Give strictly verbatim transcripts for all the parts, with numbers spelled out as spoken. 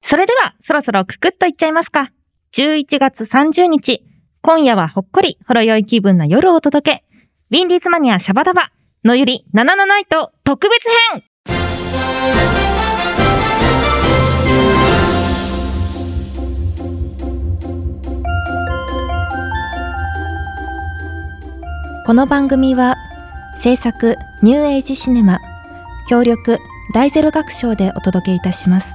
それではそろそろくくっといっちゃいますか。じゅういちがつさんじゅうにち、今夜はほっこりほろ酔い気分な夜をお届け。ウィンディーズマニアシャバダバのゆりなななナイト特別編。この番組は制作ニューエイジシネマ、協力大ゼロ学賞でお届けいたします。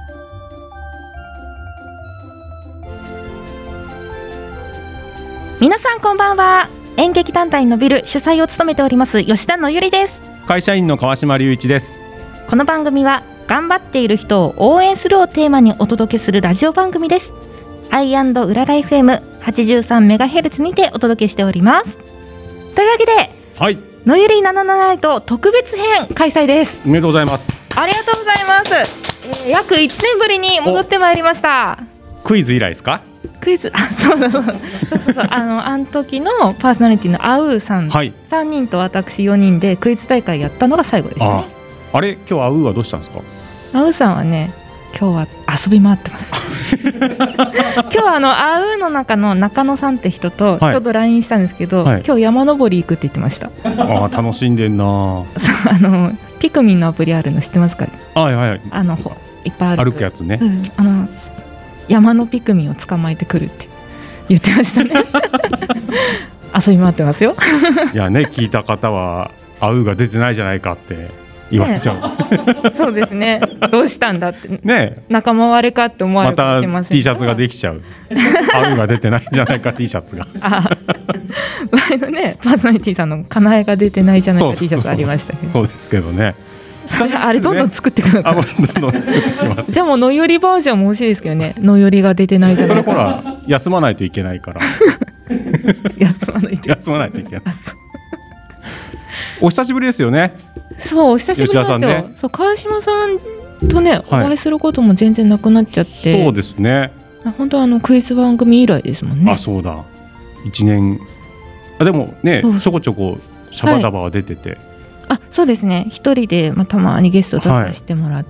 皆さんこんばんは。演劇団体のビル主催を務めております吉田のゆりです。 会社員の川島隆一です。 この番組は頑張っている人を応援するをテーマにお届けするラジオ番組です。アイアンド うらら エフエムはちじゅうさんメガヘルツ にてお届けしております。というわけで、 はい、 のゆりなななナイト特別編開催です。 おめでとうございます。 ありがとうございます。えー、約いちねんぶりに戻ってまいりました。 クイズ以来ですか？ クイズ、あ、そうだそうだそうそうそうあのあの時のパーソナリティのアウーさん、はい、さんにんと私よにんでクイズ大会やったのが最後でしたね。 あ, あれ今日アウーはどうしたんですか？ アウーさんはね、今日は遊び回ってます今日はあのアウーの中の中野さんって人とちょうど ライン したんですけど、はい、今日山登り行くって言ってました。 あ、楽しんでんな。 そう、あのピクミンのアプリあるの知ってますか？ はいはい、あのいっぱいある歩くやつね、 うん、あの山のピクミンを捕まえてくるって言ってましたね遊び回ってますよいやね、聞いた方はアウーが出てないじゃないかって言われちゃう、 ね、そうですね、どうしたんだってね、 仲間割れかって思われるかもしれません。 また T シャツができちゃうアウーが出てないじゃないか T シャツがあ前のねパーソナリティさんのかなえが出てないじゃないか T シャツありましたけど、 そうですけどね、 それあれどんどん作っていくのかな。 あ、どんどん作ってきますじゃあもうのよりバージョンも欲しいですけどね。のよりが出てないじゃないか。 それほら休まないといけないから休まないと休まないといけないお久しぶりですよね。 そう、お久しぶりなんですよ、ね、そう、川島さんとね、はい、お会いすることも全然なくなっちゃって。 そうですね、 本当あのクイズ番組以来ですもんね。 あ、そうだ、いちねん。あ、でもね、ちょこちょこシャバダバは出てて、はい、 あ、そうですね、一人で、まあ、たまにゲスト出させてもらって、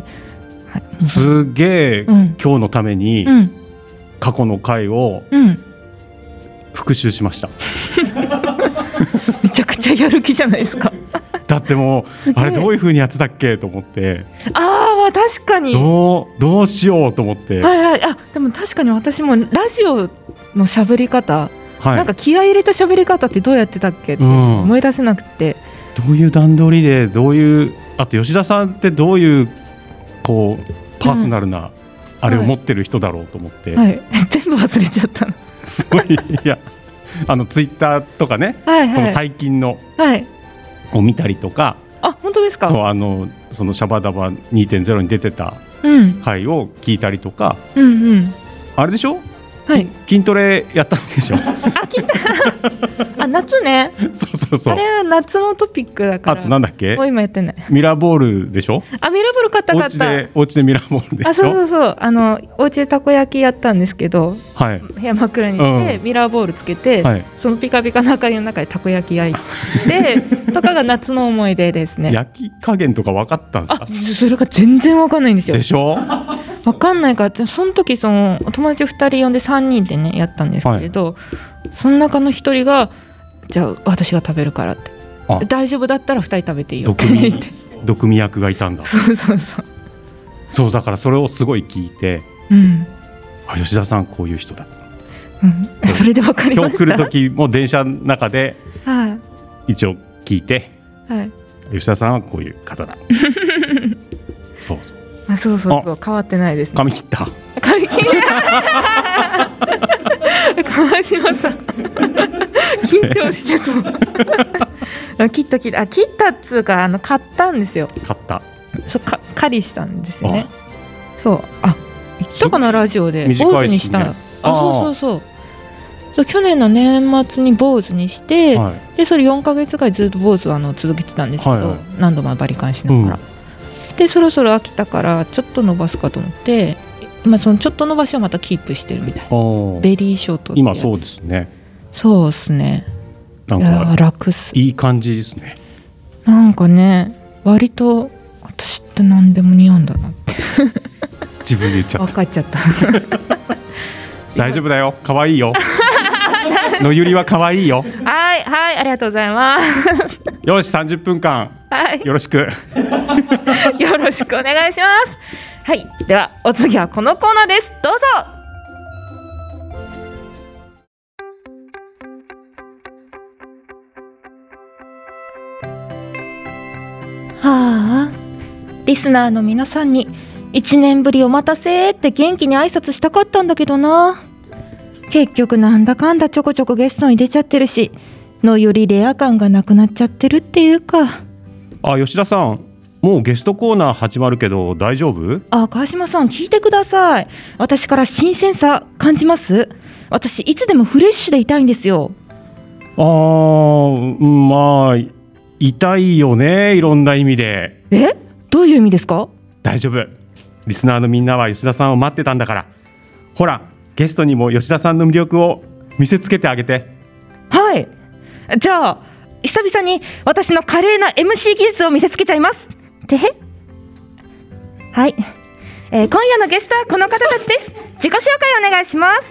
はいはい、すげえ、うん、今日のために、うん、過去の回を、うん、復習しましためちゃくちゃやる気じゃないですかだってもうあれどういう風にやってたっけと思って、 ああ、確かにどう、どうしようと思って、 はいはい、あ、でも確かに私もラジオの喋り方、はい、なんか気合い入れた喋り方ってどうやってたっけって思い出せなくて、 うん、どういう段取りで、どういう、あと吉田さんってどういうこうパーソナルなあれを持ってる人だろうと思って、うん、はい、全部忘れちゃったのすごい、いや、あのツイッターとかね、はいはい、この最近の、はい、を見たりとか、 あ、本当ですか？ あのそのシャバダバ にてんゼロ に出てた回を聞いたりとか、 うんうんうん、 あれでしょ、 はい、 筋トレやったんでしょあ、筋トレあ、夏ねそうそうそう、 あれは夏のトピックだから。 あとなんだっけ、 もう今やってない。 ミラーボールでしょ。 あ、ミラーボール買った買った。 お家で、お家でミラーボールでしょ。 あ、そうそうそう、あのお家でたこ焼きやったんですけど、はい、部屋真っ暗にして、うん、ミラーボールつけて、はい、そのピカピカの明かりの中でたこ焼き焼いてとかが夏の思い出ですね焼き加減とか分かったんですか？ あ、それが全然分かんないんですよ。 でしょ分かんないから、その時その友達ふたり呼んでさんにんでねやったんですけれど、はい、その中のひとりがじゃあ私が食べるからって、大丈夫だったらふたり食べていいよって言って毒味役がいたんだ。 そうそうそう、 そうだからそれをすごい聞いて、うん、あ、吉田さんこういう人だ、 うん、それで分かりました。 今日来る時も電車の中で一応聞いて、はい、吉田さんはこういう方だそうそう、 あ、そうそうそう、変わってないですね。 髪切った髪切った川島さん緊張してそう切った切った、あ、切ったっつうか、あの買ったんですよ。 買った、 そうか、狩りしたんですよね。そう、あ、言ったかなラジオで坊主にした、ね、あ、そうそうそう、そう、去年の年末に坊主にして、はい、でそれよんかげつぐらいずっと坊主をあの続けてたんですけど、はいはい、何度もバリカンしながら、うん、でそろそろ飽きたからちょっと伸ばすかと思って今そのちょっと伸ばしをまたキープしてるみたいな。ベリーショートってやつ。 今そうですね。そうですね、 なんか楽っす。 いい感じですね。 なんかね、割と私って何でも似合うんだなって自分で言っちゃった。 分かっちゃった大丈夫だよ、可愛いよのゆりは可愛いよ。 はいはい、ありがとうございますよし、さんじゅっぷんかん、はい、よろしくよろしくお願いします。はい、ではお次はこのコーナーです。どうぞ。はあ、リスナーの皆さんにいちねんぶりお待たせって元気に挨拶したかったんだけどな。結局なんだかんだちょこちょこゲストに出ちゃってるし、のよりレア感がなくなっちゃってるっていうか。 あ、吉田さん、もうゲストコーナー始まるけど大丈夫？ あ、川島さん聞いてください。私から新鮮さ感じます？私いつでもフレッシュでいたいんですよ。 あー、まあ痛いよね、いろんな意味で。 え、どういう意味ですか？ 大丈夫、リスナーのみんなは吉田さんを待ってたんだから。ほら、ゲストにも吉田さんの魅力を見せつけてあげて。 はい、じゃあ久々に私の華麗な エムシー 技術を見せつけちゃいますてへ。はい、えー、今夜のゲストはこの方たちです。自己紹介お願いします。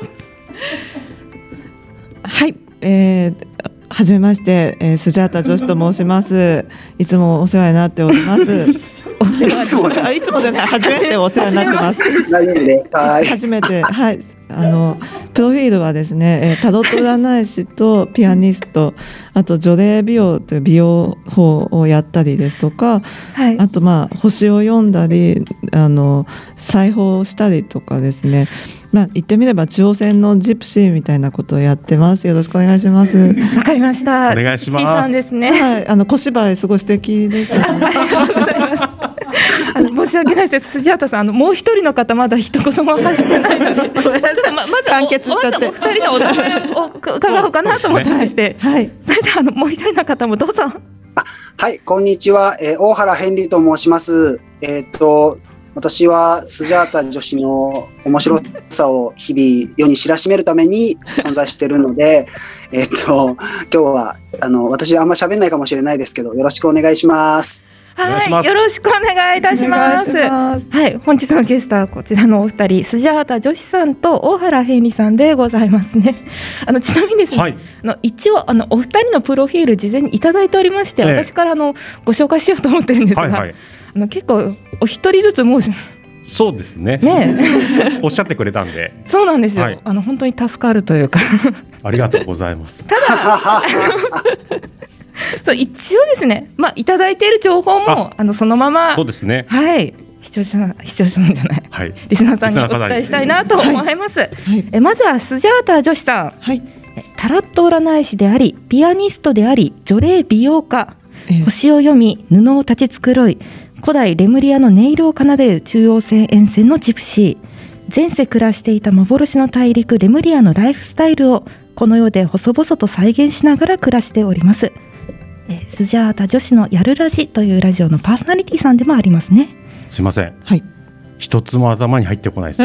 はい、えーはじめまして、えー、スジャータ女子と申します。いつもお世話になっております。 お世話いつもじゃない、いつもじゃない、初めてお世話になってます。 大丈夫です。はい。 初めて、はい、あのプロフィールはですね、えー、タロット占い師とピアニスト、あと除霊美容という美容法をやったりですとか、はい、あとまあ星を読んだり、あの裁縫をしたりとかですね。まあ、言ってみれば地方線のジプシーみたいなことをやってます。よろしくお願いします。 わかりました。 お願いします。 C さんですね。 はい、あの小芝居すごい素敵です、ね、 ありがとうございます。あの申し訳ないです。スジャータさん、あのもう一人の方まだ一言も話してないのでま, まず完結しちゃって、 お二人のお名前を伺おうかなと思ってまして、 はいはい、 それではあのもう一人の方もどうぞ。あ、 はい、こんにちは、えー、大原ヘンリーと申します。えー、っと私はスジャータ女子の面白さを日々世に知らしめるために存在しているのでえっと今日はあの私あんま喋んないかもしれないですけど、よろしくお願いします。 はい、よろしくお願いいたします。はい、本日のゲストはこちらのお二人、スジャータ女子さんと大原ヘンリさんでございますね。あのちなみにですね、はい、あの一応あのお二人のプロフィール事前にいただいておりまして、ええ、私からあのご紹介しようと思ってるんですが、はいはい、あの結構お一人ずつもうそうですね。 ねおっしゃってくれたんで。 そうなんですよ。 はい、 あの本当に助かるというかありがとうございます。 ただそう一応ですね、まあいただいている情報もああのそのまま、 そうですね。 はい、視聴者視聴者なんじゃない、はい、リスナーさんにお伝えしたいなと思います。はい、えまずはスジャータ女子さん、はい、タロット占い師でありピアニストであり除霊美容家、えー、星を読み布を立ち繕い古代レムリアの音色を奏でる中央線沿線のジプシー、前世暮らしていた幻の大陸レムリアのライフスタイルをこの世で細々と再現しながら暮らしております。えスジャータ女子のやるラジというラジオのパーソナリティさんでもありますね。 すいません、 はい、 一つも頭に入ってこないです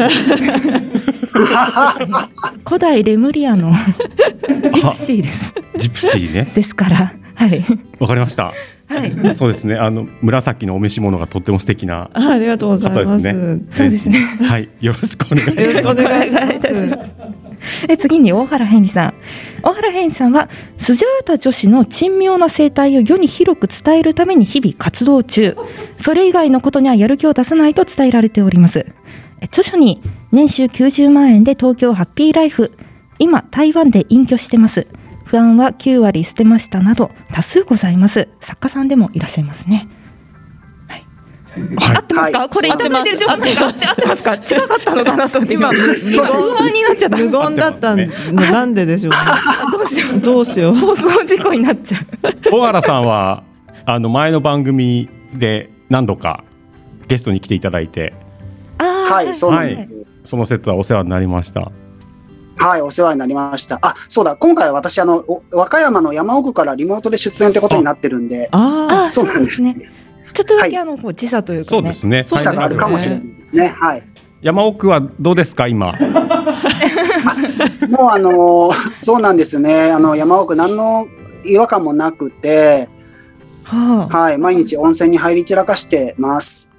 古代レムリアのジプシーですジプシーねですから、はい、 わかりました。はい、そうですね。あの紫のお召し物がとっても素敵な方ですね。 ありがとうございます。 そうですね。 はい、よろしくお願いします。 よろしくお願いします。 で次に大原ヘンリさん。大原ヘンリさんはスジャータ女子の珍妙な生態を世に広く伝えるために日々活動中。それ以外のことにはやる気を出さないと伝えられております。著書に年収きゅうじゅうまんえんで東京ハッピーライフ、今台湾で隠居してます、不安はきゅうわり捨てましたなど多数ございます。作家さんでもいらっしゃいますね。はいはい、合ってますか、はい、これいただいてる情報合ってますか、違かったのかなと思って今無言になっちゃった。 無言だったのなんででしょうねどうしようどうしよう放送事故になっちゃう小原さんはあの前の番組で何度かゲストに来ていただいて、 あ、はい、そうなんです、はい、 その説はお世話になりました。 はい、お世話になりました。あ、そうだ、今回は私あの和歌山の山奥からリモートで出演ってことになってるんで、 ああ、 そうなんですね。 ちょっとだけあの、はい、時差というかね、 そうですね、 時差があるかもしれないですね。はい。 山奥はどうですか今？ もうあのそうなんですよね。あの山奥何の違和感もなくて、はあ、はい、毎日温泉に入り散らかしてます。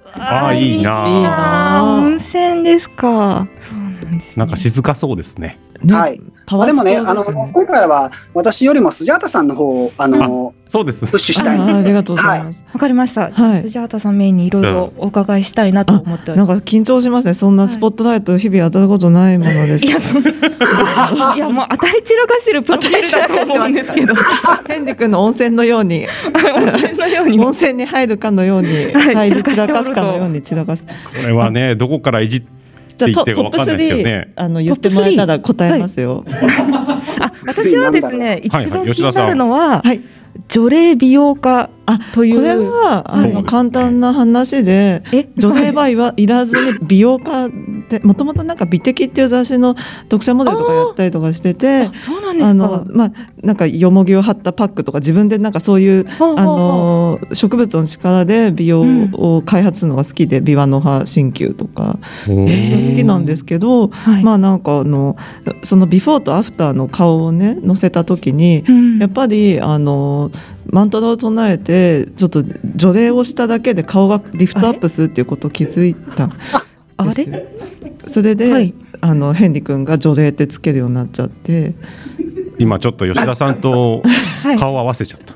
ああ、いいな。 いいな。温泉ですか。そうなんですね。 なんか静かそうですね。 はい。でもね、あの今回は私よりもスジャータさんの方をあのそうです。 プッシュしたい。 ありがとうございます。 わかりました。スジャータさんメインにいろいろお伺いしたいなと思って。 なんか緊張しますね。そんなスポットライト日々当たることないものです。 いや、いやもう当たり散らかしてるプロフィールだと思うんですけど。 ヘンリ君の温泉のように温泉のように温泉に入るかのように入り散らかすかのように散らかす。これはね、どこからいじってじゃあトップスリーあの言ってもらえたら答えますよ。 あ、私はですね、一番気になるのは除霊美容家という。 これはあの簡単な話で、除霊はいらずに美容家で、もともとなんか美的っていう雑誌の読者モデルとかやったりとかしてて、あのまあなんかよもぎを貼ったパックとか自分でなんかそういうあの植物の力で美容を開発するのが好きで、ビワの葉鍼灸とか好きなんですけど、まあなんかあのそのビフォーとアフターの顔をね載せた時に、やっぱりあのマントラを唱えてちょっと除霊をしただけで顔がリフトアップするっていうことを気づいたんですよ。それで、はい、あのヘンリ君が除霊ってつけるようになっちゃって、 今ちょっと吉田さんと顔を合わせちゃった、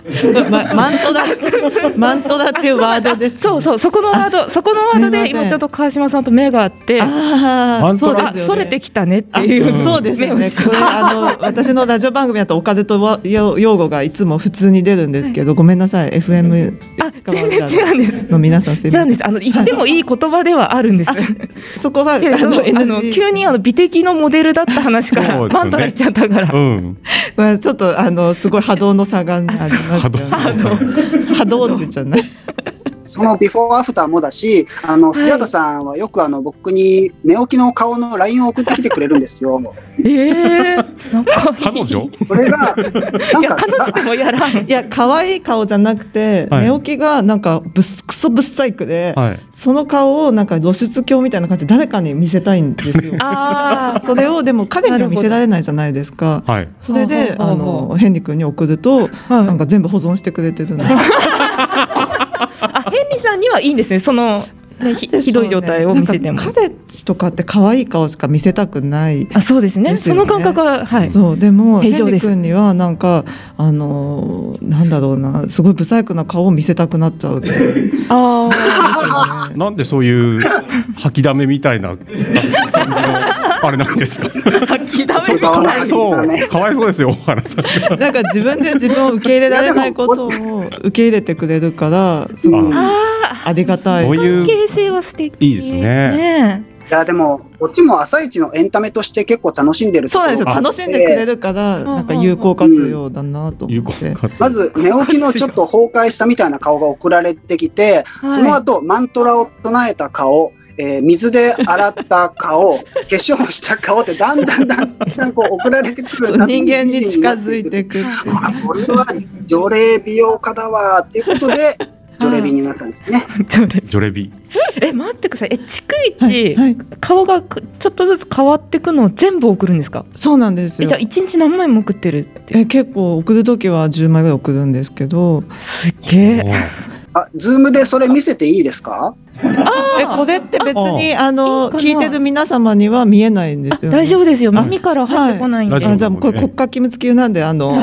ま、マントラマントラっていうワードです。 そうそう、そこのワードそこのワードで今ちょっと川島さんと目があって、あそうですよね、それてきたねっていう、 そうですよね。これあの私のラジオ番組だとオカルト用語がいつも普通に出るんですけど、ごめんなさい エフエム全然違うんですの皆さんすみません。 あの言ってもいい言葉ではあるんです。 そこはあの急にあの美的のモデルだった話からマントラしちゃったから。 まあちょっとあのすごい波動の差がありましたよね。波動ってじゃない。 そのビフォーアフターもだし、あのスジャータさんはよくあの僕に寝起きの顔の ライン を送ってきてくれるんですよ。 ええー、なんか彼女？ これがなんか彼女でもやらん。 いや可愛い顔じゃなくて、はい、寝起きがなんかブスクソブッサイクで、はい、その顔をなんか露出狂みたいな感じで誰かに見せたいんですよ。あそれをでも彼には見せられないじゃないですか。はい、それであのヘンリ君に送ると、はい、なんか全部保存してくれてるんです。 あ、ヘンリーさんにはいいんですね。その、ね、ひ, ひどい状態を見せても。 カデとかって可愛い顔しか見せたくない、ね。 あ、そうですね。その感覚は、はい。 そう、でもヘンリー君にはなんかあのなんだろうな、すごい不細工な顔を見せたくなっちゃうっていう。ああ、ね。なんでそういう吐きだめみたいな感じの。あれなんですか。 吐きだめかわいそう、かわいそうですよ。 なんか自分で自分を受け入れられないことを受け入れてくれるからすごいありがたい。 そういう関係性は素敵。 いいですね。 いやでもこっちも朝一のエンタメとして結構楽しんでる。 そうなんですよ。楽しんでくれるからなんか有効活用だなと思って。 まず寝起きのちょっと崩壊したみたいな顔が送られてきて、その後マントラを唱えた顔。えー、水で洗った顔、化粧した顔ってだんだんだんだんこう送られてくる。 人間に近づいていく。 あ、これは除霊美容家だわっていうことで除霊美になったんですね。 除霊美。 え、待ってください。え、逐一、はいはい、顔がちょっとずつ変わっていくのを全部送るんですか？ そうなんですよ。 じゃあ一日何枚も送ってるって。 え、結構送るときはじゅうまいぐらい送るんですけど。 すっげえ。 あ、ズームでそれ見せていいですか？ あえこれって別にあの聞いてる皆様には見えないんですよ、ね、 大丈夫ですよ。耳から入ってこないんで、はい、 あじゃあこれ国家機密級なんであの、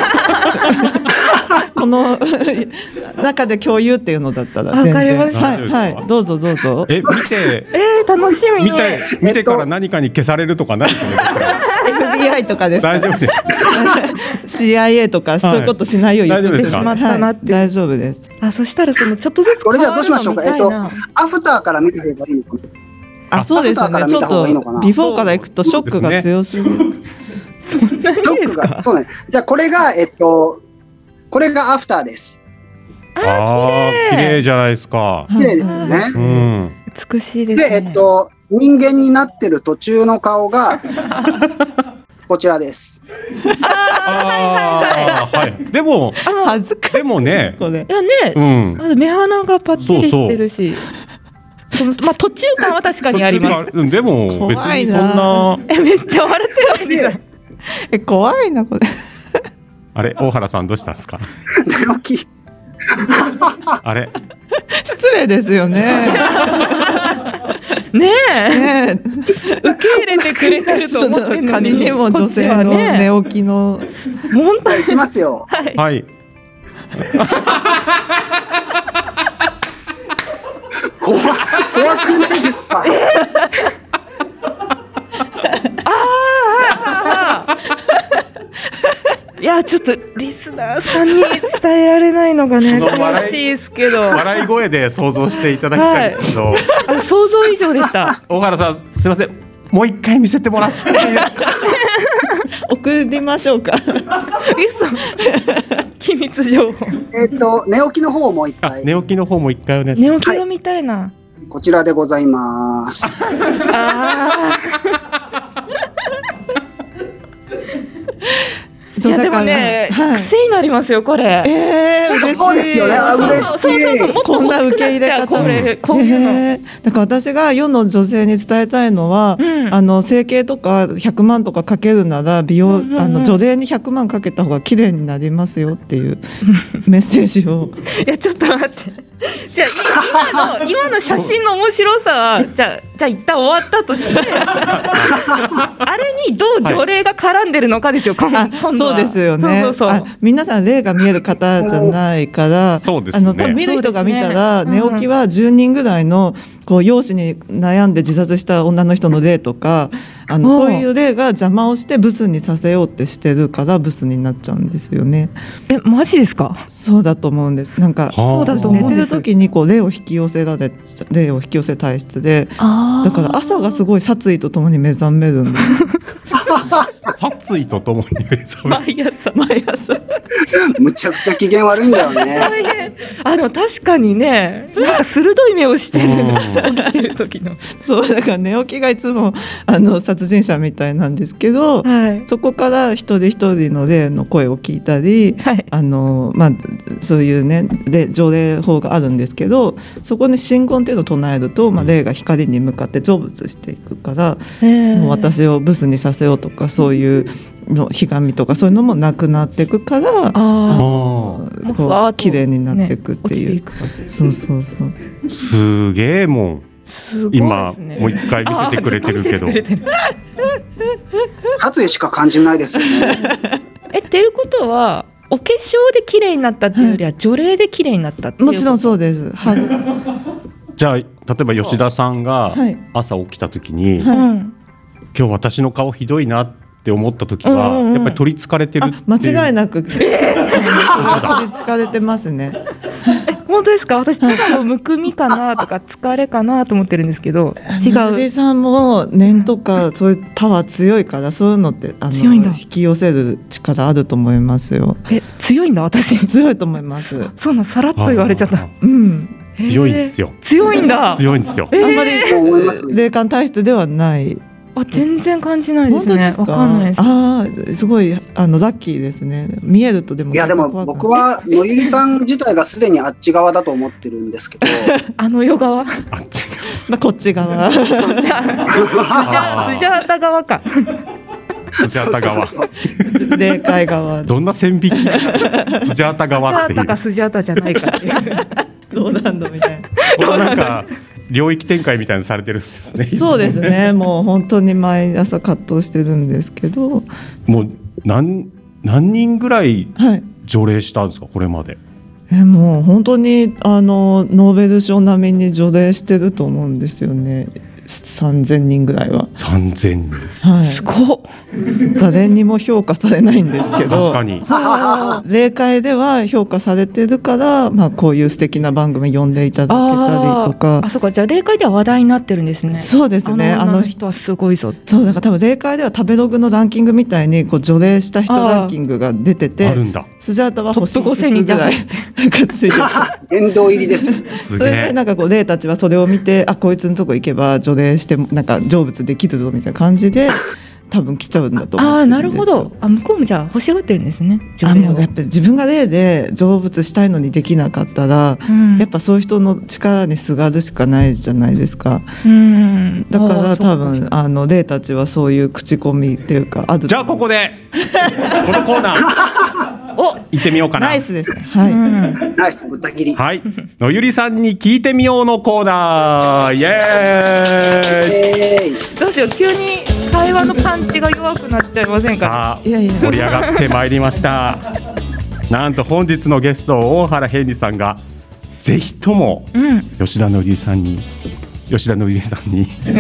はい、この中で共有っていうのだったら全然。わかりました。はい、はい、どうぞどうぞ。 え見てえー、楽しみ。 見て見てから何かに消されるとかないですよね。 エフビーアイ とかですか。 大丈夫です。 シーアイエー とかそういうことしないようにしてしまったなって。 大丈夫です。 あ、そしたらそのちょっとずつこれじゃあどうしましょうか。えっとアフターから見た方がいいのかな。 あ、そうですね。ちょっとビフォーから行くとショックが強すぎる。 そんなにですか。 そうね。じゃあこれがえっとこれがアフターです。 ああ、 綺麗じゃないですか。 綺麗ですね。 うん。 美しいですね。 で、えっと人間になってる途中の顔がこちらです。 ああ、はい。でも恥ずかしい。 でもね、 いやね、うん、目鼻がパッチリしてるし。そのまあ途中感は確かにあります。 でも別にそんなえめっちゃ笑ってるんですよ。 え怖いなこれ。 あれ大原さんどうしたんですか。 寝起き。 あれ失礼ですよね。 ねえ、ね、受け入れてくれてると思ってるのに、 仮にも女性の寝起きの、 本当にいきますよ。 はい、はい、 怖怖くないですか。 ああいやちょっとリスナーさんに伝えられないのがね悲しいですけど、 笑い声で想像していただきたいですけど、はい、 あ想像以上でした。 大原さんすみません、もう一回見せてもらって送りましょうか。 嘘機密情報。 えっと寝起きの方もう一回。 寝起きの方も一回お願いします。寝起きが見たいな。はい、 こちらでございます。 あいやでもね、はい、癖になりますよこれ。 えー、嬉しい。 そうですよね。嬉しい。 そうそうそう、もっとこんな受け入れ方。 これこういうの。えー、だから私が世の女性に伝えたいのは、うん、あの整形とかひゃくまんとかかけるなら美容、うんうんうん、あの除霊にひゃくまんかけた方が綺麗になりますよっていうメッセージを。 いやちょっと待って。じゃあ今の今の写真の面白さはじゃあじゃあ一旦終わったとしてあれにどう除霊が絡んでるのかですよ、はい、今度は。 そうですよね。そうそうそう、あ皆さん霊が見える方じゃないからそうです、ね、 あの多分見る人が見たら、ね、寝起きはじゅうにんぐらいのこう容姿に悩んで自殺した女の人の霊とかあのそういう霊が邪魔をしてブスにさせようってしてるからブスになっちゃうんですよね。 えマジですか。 そうだと思うんです。なんか寝てる時にこう霊を引き寄せられ霊を引き寄せ体質でだから朝がすごい殺意とともに目覚めるんです殺意とともに目覚める毎朝毎朝むちゃくちゃ機嫌悪いんだよね。 あの確かにねなんか鋭い目をしてる起きてる時のそうだから寝起きがいつもあの殺人者みたいなんですけど、はい、そこから一人一人の霊の声を聞いたり、はい、あのまあ、そういうねで条例法があるんですけどそこに真言っていうのを唱えると、まあ、霊が光に向かって成仏していくからもう私をブスにさせようとかそういうのひがみとかそういうのもなくなっていくからあのこう綺麗になっていくっていう、ね、そうそうそうすげえもん今もう一回見せてくれてるけど殺意しか感じないですよね。 えっていうことはお化粧で綺麗になったっていうよりは除霊で綺麗になったっていう、 もちろんそうです、はい、 じゃあ例えば吉田さんが朝起きた時に、はいはい、今日私の顔ひどいなって思った時は、うんうん、やっぱり取り憑かれてるっていう。 間違いなく、えー、取り憑かれてますね。 本当ですか。私ただのむくみかなとか疲れかなと思ってるんですけど違う。 なりさんも念とかそういうパワー強いからそういうのってあの強いんだ。 引き寄せる力あると思いますよ。 え強いんだ私。 強いと思います。 そうなさらっと言われちゃった。 うん。 強いんですよ。 強いんだ。 強いんですよ。 あんまり霊感体質ではない。 あ全然感じないですね。わかんないです。 ああすごいあのラッキーですね。見えるとでもいやでも僕は野ゆりさん自体がすでにあっち側だと思ってるんですけどあの世側あっち側、 まあ、こっち側じゃあスジャータ側かスジャータ側霊界側どんな線引きスジャータ側っていうスジャータかスジャータじゃないかっていうどうなんだみたいなこれなんか領域展開みたいなのされてるんですね。 そうですね。もう本当に毎朝葛藤してるんですけど、 もう 何, 何人ぐらい除霊したんですか、はい、これまで。 えもう本当にあのノーベル賞並みに除霊してると思うんですよね。さんぜんにんぐらいは。 さんぜんにん、 はい、 すごっ。 誰にも評価されないんですけど確かに霊界では評価されてるから、まあ、こういう素敵な番組呼んでいただけたりとか。 あそうかじゃあ霊界では話題になってるんですね。 そうですね。 あの人はすごいぞ。 そうだから多分霊界では食べログのランキングみたいにこう除霊した人ランキングが出ててあるんだ。 スジャータは星ごせんにんぐらいなんかついて殿堂入りです。 それでなんかこう霊たちはそれを見てあこいつのとこ行けば除霊してなんか成仏できるぞみたいな感じで多分来ちゃうんだと思うんですよ。 あなるほど。あ向こうもじゃあ欲しがってるんですね。 あもうやっぱり自分が霊で成仏したいのにできなかったら、うん、やっぱそういう人の力にすがるしかないじゃないですか。うんだから多分あの霊たちはそういう口コミっていうかある。 じゃあここでこのコーナー行ってみようかな。 ナイスですね。はい。うん、 ナイスぶった切り。 はい。のゆりさんに聞いてみようのコーナー。イエーイ。 どうしよう、急に会話のパンチが弱くなっちゃいませんか。 いやいや、盛り上がってまいりました。なんと本日のゲスト大原ヘンリさんがぜひとも吉田のゆりさんに。うん吉田のゆりさんに、 うん、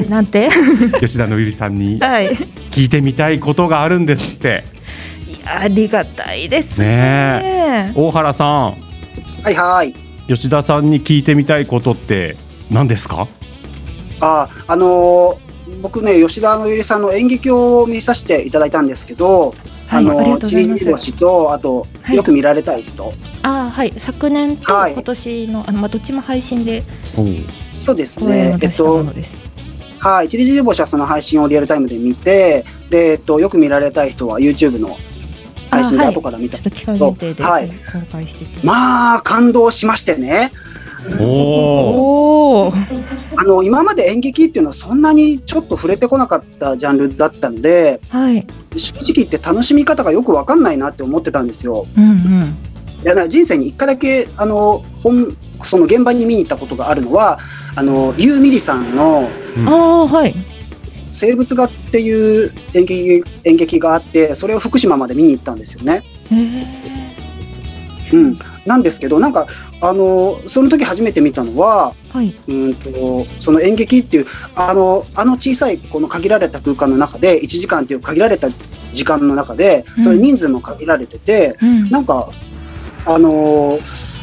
なんて吉田のゆりさんに聞いてみたいことがあるんですって。 いやありがたいです ね, ね大原さん、 はいはい、 吉田さんに聞いてみたいことって何ですか？ あ、あのー、僕ね吉田のゆりさんの演劇を見させていただいたんですけど、はい、あのちりじり星とあと、はい、よく見られたい人、 あ、はい、昨年と今年の、はい、あのまあ、どっちも配信でそうですね、えっとはい、ちりじり星はその配信をリアルタイムで見て、で、えっと、よく見られたい人は YouTube の配信で後から見たんですけど、はい、はい、まあ感動しましてね。 おあの今まで演劇っていうのはそんなにちょっと触れてこなかったジャンルだったので、はい、正直言って楽しみ方がよく分かんないなって思ってたんですよ。うんうん、いや人生に一回だけあの本その現場に見に行ったことがあるのはあのユーミリさんの、うん、あ、はい、生物画っていう演劇、演劇があってそれを福島まで見に行ったんですよね。へー、うん、なんですけどなんかあのその時初めて見たのは、はい、うんとその演劇っていうあのあの小さいこの限られた空間の中でいちじかんっていう限られた時間の中で、うん、その人数も限られてて、うん、なんかあの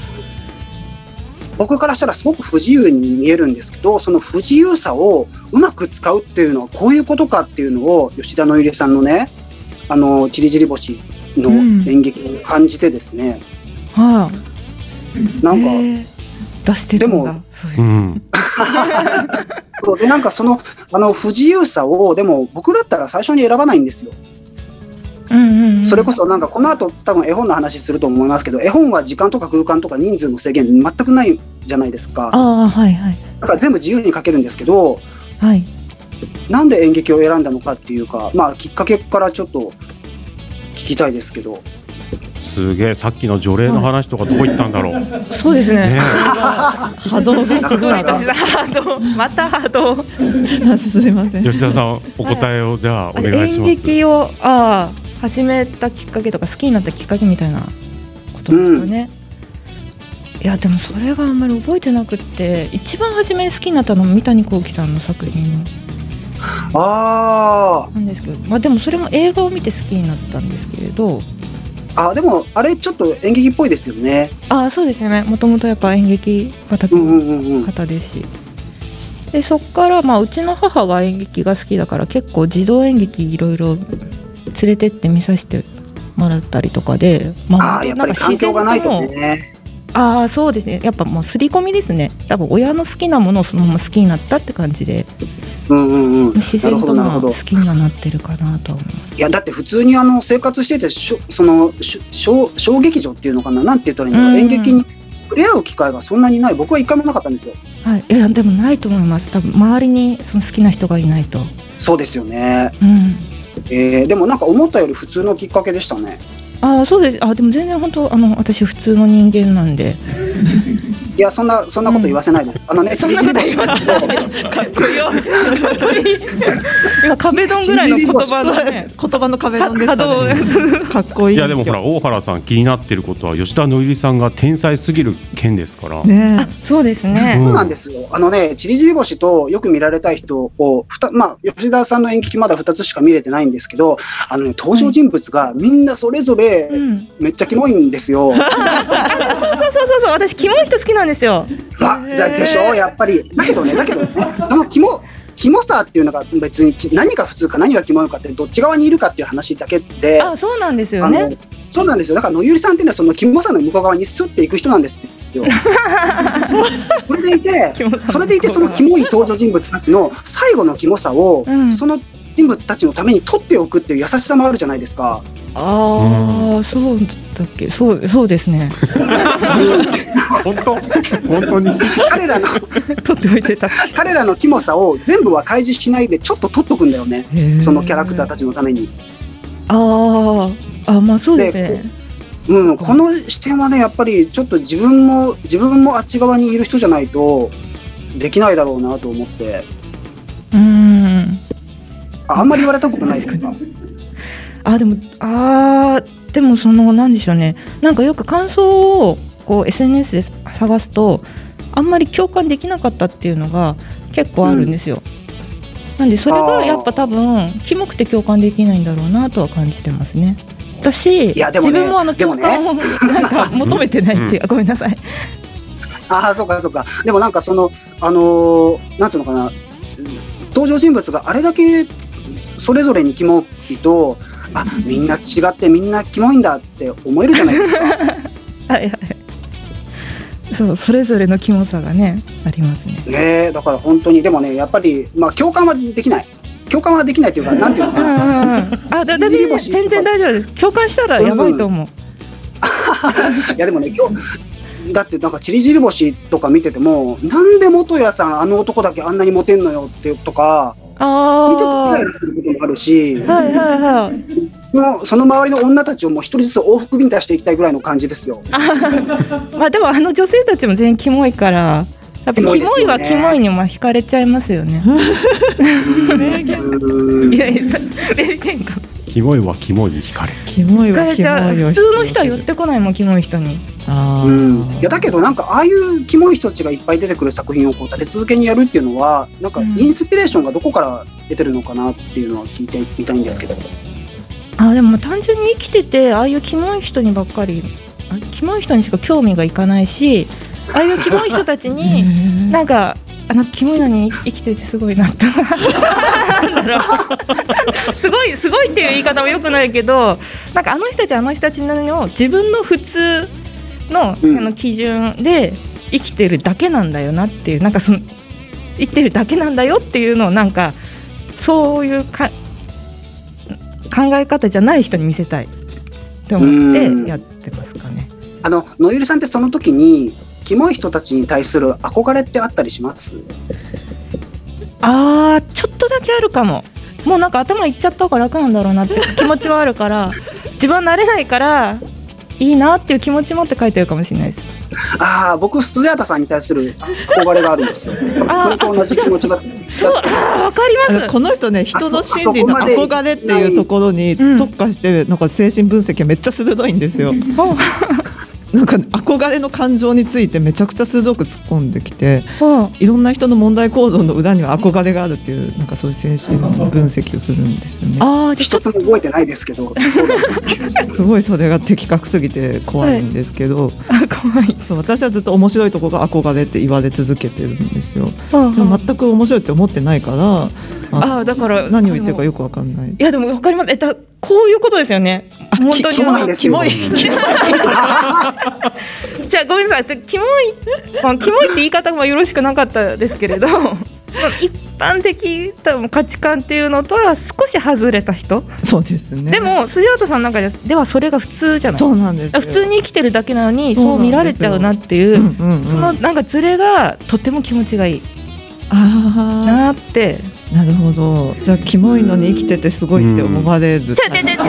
僕からしたらすごく不自由に見えるんですけどその不自由さをうまく使うっていうのはこういうことかっていうのを吉田のゆりさんのねあのちりじり星の演劇に感じてですね、うん、はあ、なんか出してるんだ。でもそういう、うん、 そうでなんかそのあの不自由さをでも僕だったら最初に選ばないんですよ。うんうんうん、それこそなんかこの後多分絵本の話すると思いますけど絵本は時間とか空間とか人数の制限全くないじゃないですか。 あ、はいはい、 だから全部自由に書けるんですけど、はい、なんで演劇を選んだのかっていうか、まあ、きっかけからちょっと聞きたいですけど。 すげえさっきの除霊の話とかどこ行ったんだろう、 はい、そうですね、ね波動がすごい波動また波動すいません吉田さんお答えをじゃあお願いします。 演劇をあ始めたきっかけとか好きになったきっかけみたいなことですかね、うん、いやでもそれがあんまり覚えてなくって一番初めに好きになったのは三谷幸喜さんの作品あなんですけど、まあ、でもそれも映画を見て好きになったんですけれどあでもあれちょっと演劇っぽいですよね。 あそうですねもともとやっぱ演劇畑の方ですし、うんうんうん、でそっからまあうちの母が演劇が好きだから結構児童演劇いろいろ連れてって見させてもらったりとかで、 まあ、あやっぱり環境がないとね。 ああそうですねやっぱもう刷り込みですね。多分親の好きなものをそのまま好きになったって感じで、うんうんうん、自然とまあ好きにはなってるかなと思います。 いやだって普通にあの生活しててしょそのしょ小劇場っていうのかななんて言ったらいいのか、うん、演劇に触れ合う機会がそんなにない。僕は一回もなかったんですよ。 はい、いやでもないと思います。多分周りにその好きな人がいないと。 そうですよね、うんえー、でもなんか思ったより普通のきっかけでしたね。 あそうです。あでも全然本当あの私普通の人間なんでいやそんなそんなこと言わせないです、うん、あのねちりじり星かっこいいよ今壁ドンぐらいの言葉の、ね、 言葉の壁ドンですかねかっこいい。 いやでもほら大原さん気になってることは吉田のゆりさんが天才すぎる件ですからね。そうですね、 そうなんですよ。あのねちりじり星とよく見られたい人をふた、まあ、吉田さんの演劇まだふたつしか見れてないんですけどあの、ね、登場人物がみんなそれぞれうん、めっちゃキモいんですよ。そうそうそうそう私キモい人好きなんですよ。 あでしょやっぱりだけどねだけどそのキモキモさっていうのが別に何が普通か何がキモいかってどっち側にいるかっていう話だけで。 あそうなんですよね。 そうなんですよ。だから野ゆりさんっていうのはそのキモさの向こう側にスッていく人なんですよ。それでいてそれでいてそのキモい登場人物たちの最後のキモさを、うん、その人物たちのために取っておくっていう優しさもあるじゃないですか。 ああ、そうだっけ。そう、そうですね。 本当、本当に彼らの取っておいてた。 彼らのキモさを全部は開示しないでちょっと取っとくんだよね。そのキャラクターたちのために。 ああ、あまあそうですね。 うん、この視点はねやっぱりちょっと自分も自分もあっち側にいる人じゃないとできないだろうなと思って。 うーんあ, あんまり言われたことないですか？ あでもあでもそのなんでしょうね、なんかよく感想をこう エスエヌエス で探すとあんまり共感できなかったっていうのが結構あるんですよ、うん、なんでそれがやっぱ多分キモくて共感できないんだろうなとは感じてますね。私、いやでもね、自分もあの共感をなんか求めてないっていう、うん、ごめんなさい。 ああそうかそうか。でもなんかそのあのー、なんつうのかな、登場人物があれだけそれぞれにキモいと、あみんな違ってみんなキモいんだって思えるじゃないですか。 はいはい。そうそれぞれのキモさがねありますね。 ねだから本当にでもねやっぱりまあ共感はできない。共感はできないというか、なんていうのかな。 あ、だだ全然大丈夫です。共感したらやばいと思う。うん、いやでもね、今日だってなんかちりぢり星とか見てても、なんで元谷さんあの男だけあんなにモテんのよってとか、 あ見ててイライラすることもあるし、 はいはいはい。 もうその周りの女たちをもう一人ずつ往復ビンタしていきたいぐらいの感じですよ。 あまあでもあの女性たちも全員キモいから。やっぱキモいはキモいにも惹かれちゃいますよね。名言。いやいや名言か。 キモいはキモいに惹かれる。 キモいはキモいを。 普通の人は寄ってこないもんキモい人に。 あうん、いやだけどなんかああいうキモい人たちがいっぱい出てくる作品をこう立て続けにやるっていうのはなんかインスピレーションがどこから出てるのかなっていうのは聞いてみたいんですけど。 あでも単純に生きててああいうキモい人にばっかりキモい人にしか興味がいかないし。ああいうキモい人たちになんかあのキモいのに生きててすごいなってなんだろうすごいすごいっていう言い方も良くないけどなんかあの人たちあの人たちの自分の普通 の, あの基準で生きてるだけなんだよなっていうなんかその生きてるだけなんだよっていうのをなんかそういうか考え方じゃない人に見せたいって思ってやってますかね。 あの野ゆりさんってその時にキモい人たちに対する憧れってあったりします？ あーちょっとだけあるかも。もうなんか頭いっちゃった方が楽なんだろうなって気持ちはあるから自分は慣れないからいいなっていう気持ちもって書いてるかもしれないです。 ああ僕鈴畑さんに対する憧れがあるんですよ。これと同じ気持ちだった。 そうあわかります。 この人ね人の心理の憧れっていうところに特化してなんか精神分析がめっちゃ鋭いんですよ。なんか憧れの感情についてめちゃくちゃ鋭く突っ込んできて、いろんな人の問題行動の裏には憧れがあるっていうなんかそういう精神分析をするんですよね。 あ一つも覚えてないですけどそうだすごいそれが的確すぎて怖いんですけど、 はい、怖いそう私はずっと面白いところが憧れって言われ続けてるんですよ。でも全く面白いって思ってないからああだから何を言ってるかよく分かんない。 いやでも分かります。えだこういうことですよね。本当にそうなんですよ。 キモいキモいじゃあごめんなさいキモい、まあ、キモいって言い方もよろしくなかったですけれど一般的多分価値観っていうのとは少し外れた人。 そうですね。 でも辻畑さんの中でではそれが普通じゃない。 そうなんですよ。 普通に生きてるだけなのにそう見られちゃうなっていう、うんうんうん、そのなんかズレがとても気持ちがいいあなって。 なるほど。じゃあキモいのに生きててすごいって思われる。ちょちょちょちょちょちょ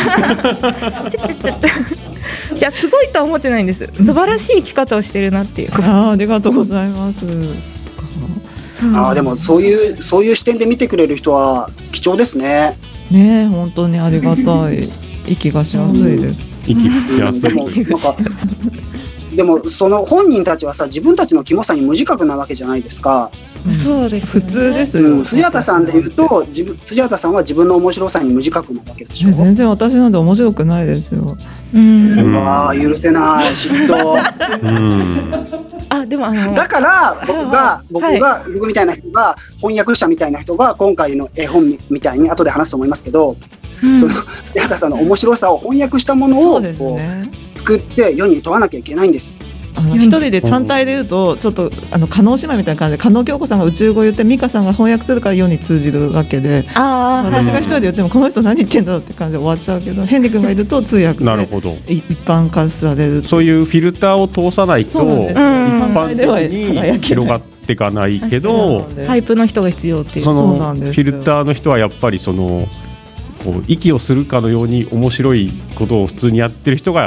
いやすごいとは思ってないんです。素晴らしい生き方をしてるなっていう。あ, ありがとうございます。 あでもそういうそういう視点で見てくれる人は貴重ですね。 ね本当にありがたい。息がしやすいです。 息しやすい。でもなんかでもその本人たちはさ自分たちのキモさに無自覚なわけじゃないですか。 そうです、ね、 普通ですよ、 うん、辻畑さんで言うと自分辻畑さんは自分の面白さに無自覚なわけでしょ。 全然私なんて面白くないですよ。 うんうわ許せない嫉妬うんあでもあのだから僕が僕が、はい、僕みたいな人が翻訳者みたいな人が今回の絵本みたいに後で話すと思いますけど、うん、その辻畑さんの面白さを翻訳したものをこう作って世に問わなきゃいけないんです。 あの一人で単体で言うとちょっとあの加納姉妹みたいな感じで加納京子さんが宇宙語を言って美香さんが翻訳するから世に通じるわけで、 あ私が一人で言ってもこの人何言ってんだろうって感じで終わっちゃうけどヘンリ君がいると通訳でなるほど一般化される。 そういうフィルターを通さないと一般的に広がっていかないけどタイプの人が必要っていうそのフィルターの人はやっぱりそのこう息をするかのように面白いことを普通にやってる人が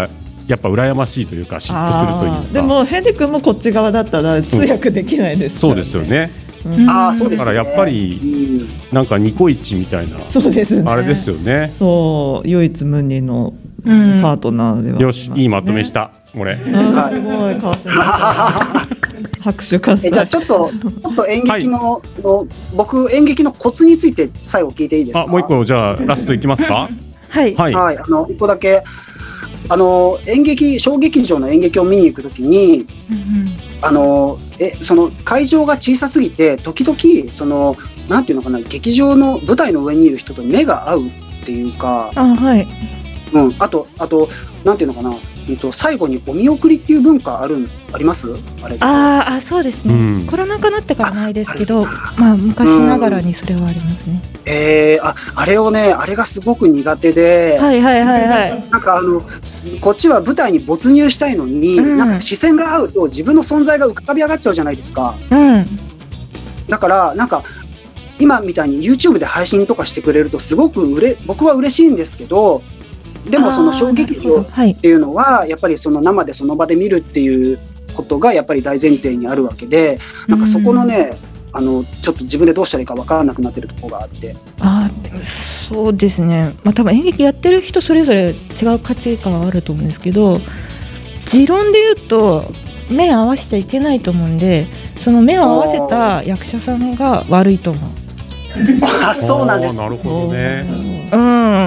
やっぱ羨ましいというか嫉妬するというか。 でもヘンリ君もこっち側だったら通訳できないですから、ね、 そうですよね。 うん、あそうですね。 だからやっぱりなんかニコイチみたいな、 そうですね、 あれですよね。 そう唯一無二のパートナーでは、ね、 よしいいまとめした。これすごい川島さん拍手喝采。 じゃあちょっとちょっと演劇の、はい、の僕演劇のコツについて最後聞いていいですか。 あもう一個じゃあラストいきますか。 はいはい、はい、あの一個だけあの演劇小劇場の演劇を見に行くときに、うんうん、あのえその会場が小さすぎて時々そのなんていうのかな劇場の舞台の上にいる人と目が合うっていうか、 あはい、 うん、あとあとなんていうのかな。えっと、最後にお見送りっていう文化あるありますあれああそうですね、うん、コロナ禍になってからないですけどあまあ昔ながらにそれはありますね、 うん、えー、あ, あれをねあれがすごく苦手ではいはいはいはいなんかあのこっちは舞台に没入したいのに、うん、なんか視線が合うと自分の存在が浮かび上がっちゃうじゃないですか、 うん、 だからなんか今みたいに YouTube で配信とかしてくれるとすごくうれ僕は嬉しいんですけどでもその小劇場っていうのはやっぱりその生でその場で見るっていうことがやっぱり大前提にあるわけでなんかそこのね、うん、あのちょっと自分でどうしたらいいか分からなくなってるところがあってあそうですね、まあ、多分演劇やってる人それぞれ違う価値観はあると思うんですけど持論で言うと目合わせちゃいけないと思うんでその目を合わせた役者さんが悪いと思う。 あそうなんです。 なるほどね、 うん、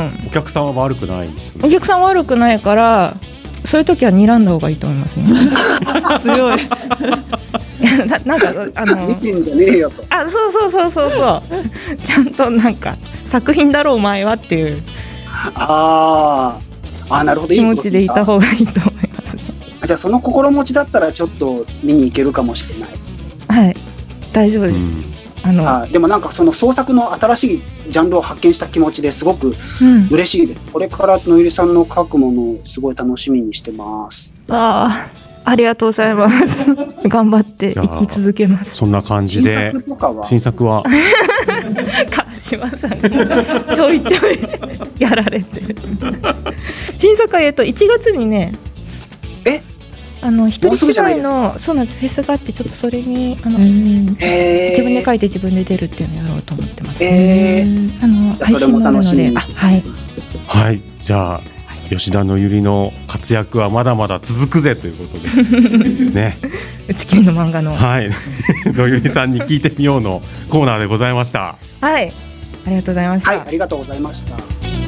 お客さんは悪くないんですね。 お客さんは悪くないからそういう時は睨んだ方がいいと思いますね強いな, なんかあの見てんじゃねえよとあそうそうそうそうそうちゃんとなんか作品だろうお前はっていうああなるほど気持ちでいた方がいいと思いますね。 じゃあその心持ちだったらちょっと見に行けるかもしれない。 はい大丈夫です、うんあのあでもなんかその創作の新しいジャンルを発見した気持ちですごく嬉しいです、うん、これからのゆりさんの書くものをすごい楽しみにしてます。 あありがとうございます頑張って生き続けます。 そんな感じで新作とかは新作は川島さんがちょいちょいやられてる新作はえっといちがつにねえあの一人芝居のそうなんですフェスがあってちょっとそれにあの、えー、自分で書いて自分で出るっていうのをやろうと思ってます、ねえー、あのそれも楽しみにしてはい、 はい、じゃあ吉田のゆりの活躍はまだまだ続くぜということでね打ち切りの漫画のはいのゆりさんに聞いてみようのコーナーでございました。 はいありがとうございました。 はいありがとうございました。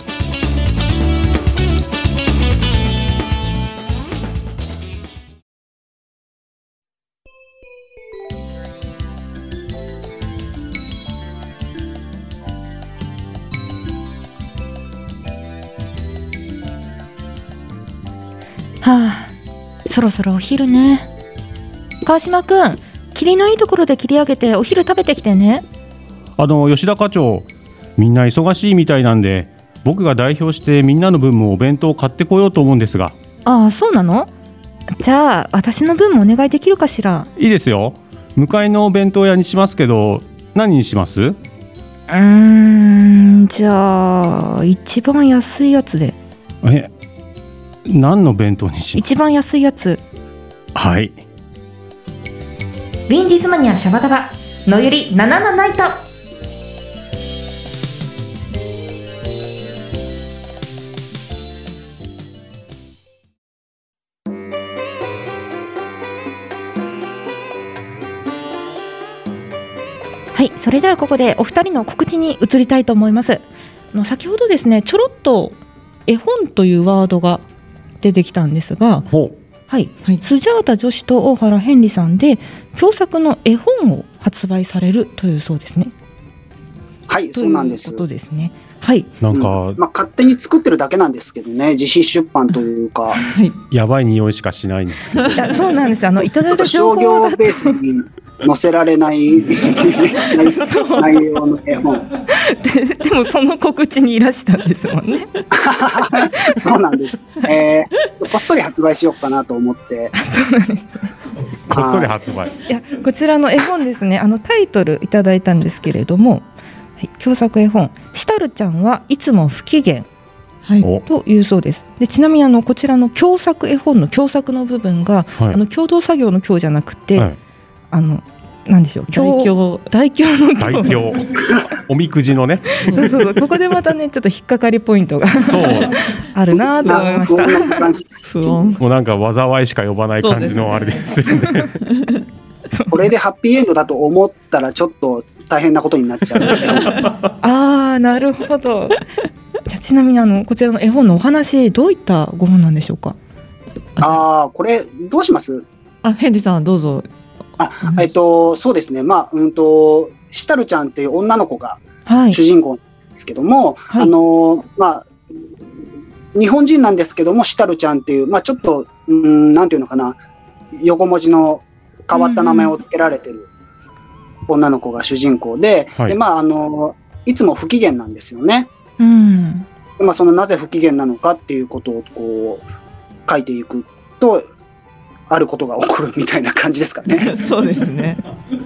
はあ、そろそろお昼ね。川島くん、霧のいいところで切り上げてお昼食べてきてね。 あの吉田課長、みんな忙しいみたいなんで僕が代表してみんなの分もお弁当を買ってこようと思うんですが。 ああそうなの。じゃあ私の分もお願いできるかしら。 いいですよ。向かいのお弁当屋にしますけど何にします？うーんじゃあ一番安いやつで。 え何の弁当にします？ 一番安いやつ。 はい。 ウィンディズマニアシャバダバのゆりナナナナイト。はい、それではここでお二人の告知に移りたいと思います。あの先ほどですねちょろっと絵本というワードが出てきたんですが、はいはい、スジャータ女子と大原ヘンリさんで共作の絵本を発売されるというそうですね。 はいそうなんです。 ということですね。はい、 なんか、 うんまあ、勝手に作ってるだけなんですけどね、自費出版というか、はい、 やばい匂いしかしないんですけど。 いやそうなんです。あのいただいた商業ベースに載せられない内容の絵本で, でもその告知にいらしたんですもんね。 そうなんです、えー、こっそり発売しようかなと思って。 あそうなんですね。 こっそり発売。 いやこちらの絵本ですね、あのタイトルいただいたんですけれども、はい、共作絵本したるちゃんはいつも不機嫌はい、というそうです。でちなみにあのこちらの共作絵本の共作の部分が、はい、あの共同作業の共じゃなくて、はい、あのなんでしょう大共大共の大共おみくじのねそうそうここでまたねちょっと引っかかりポイントがあるなと思いました不穏もうなんか災いしか呼ばない感じのあれですよねこれでハッピーエンドだと思ったらちょっと大変なことになっちゃうあーなるほどじゃちなみにあのこちらの絵本のお話どういったご本なんでしょうか。 あーこれどうします。 あヘンリーさんどうぞ。 あえっとそうですねまあうんとシタルちゃんっていう女の子が主人公なんですけども、はい、あのまあ日本人なんですけどもシタルちゃんっていうまあちょっとうんなんていうのかな横文字の変わった名前を付けられてる女の子が主人公で、うんうん、でまああのいつも不機嫌なんですよね。 うんでまあ、そのなぜ不機嫌なのかっていうことをこう書いていくとあることが起こるみたいな感じですかね。 そうですね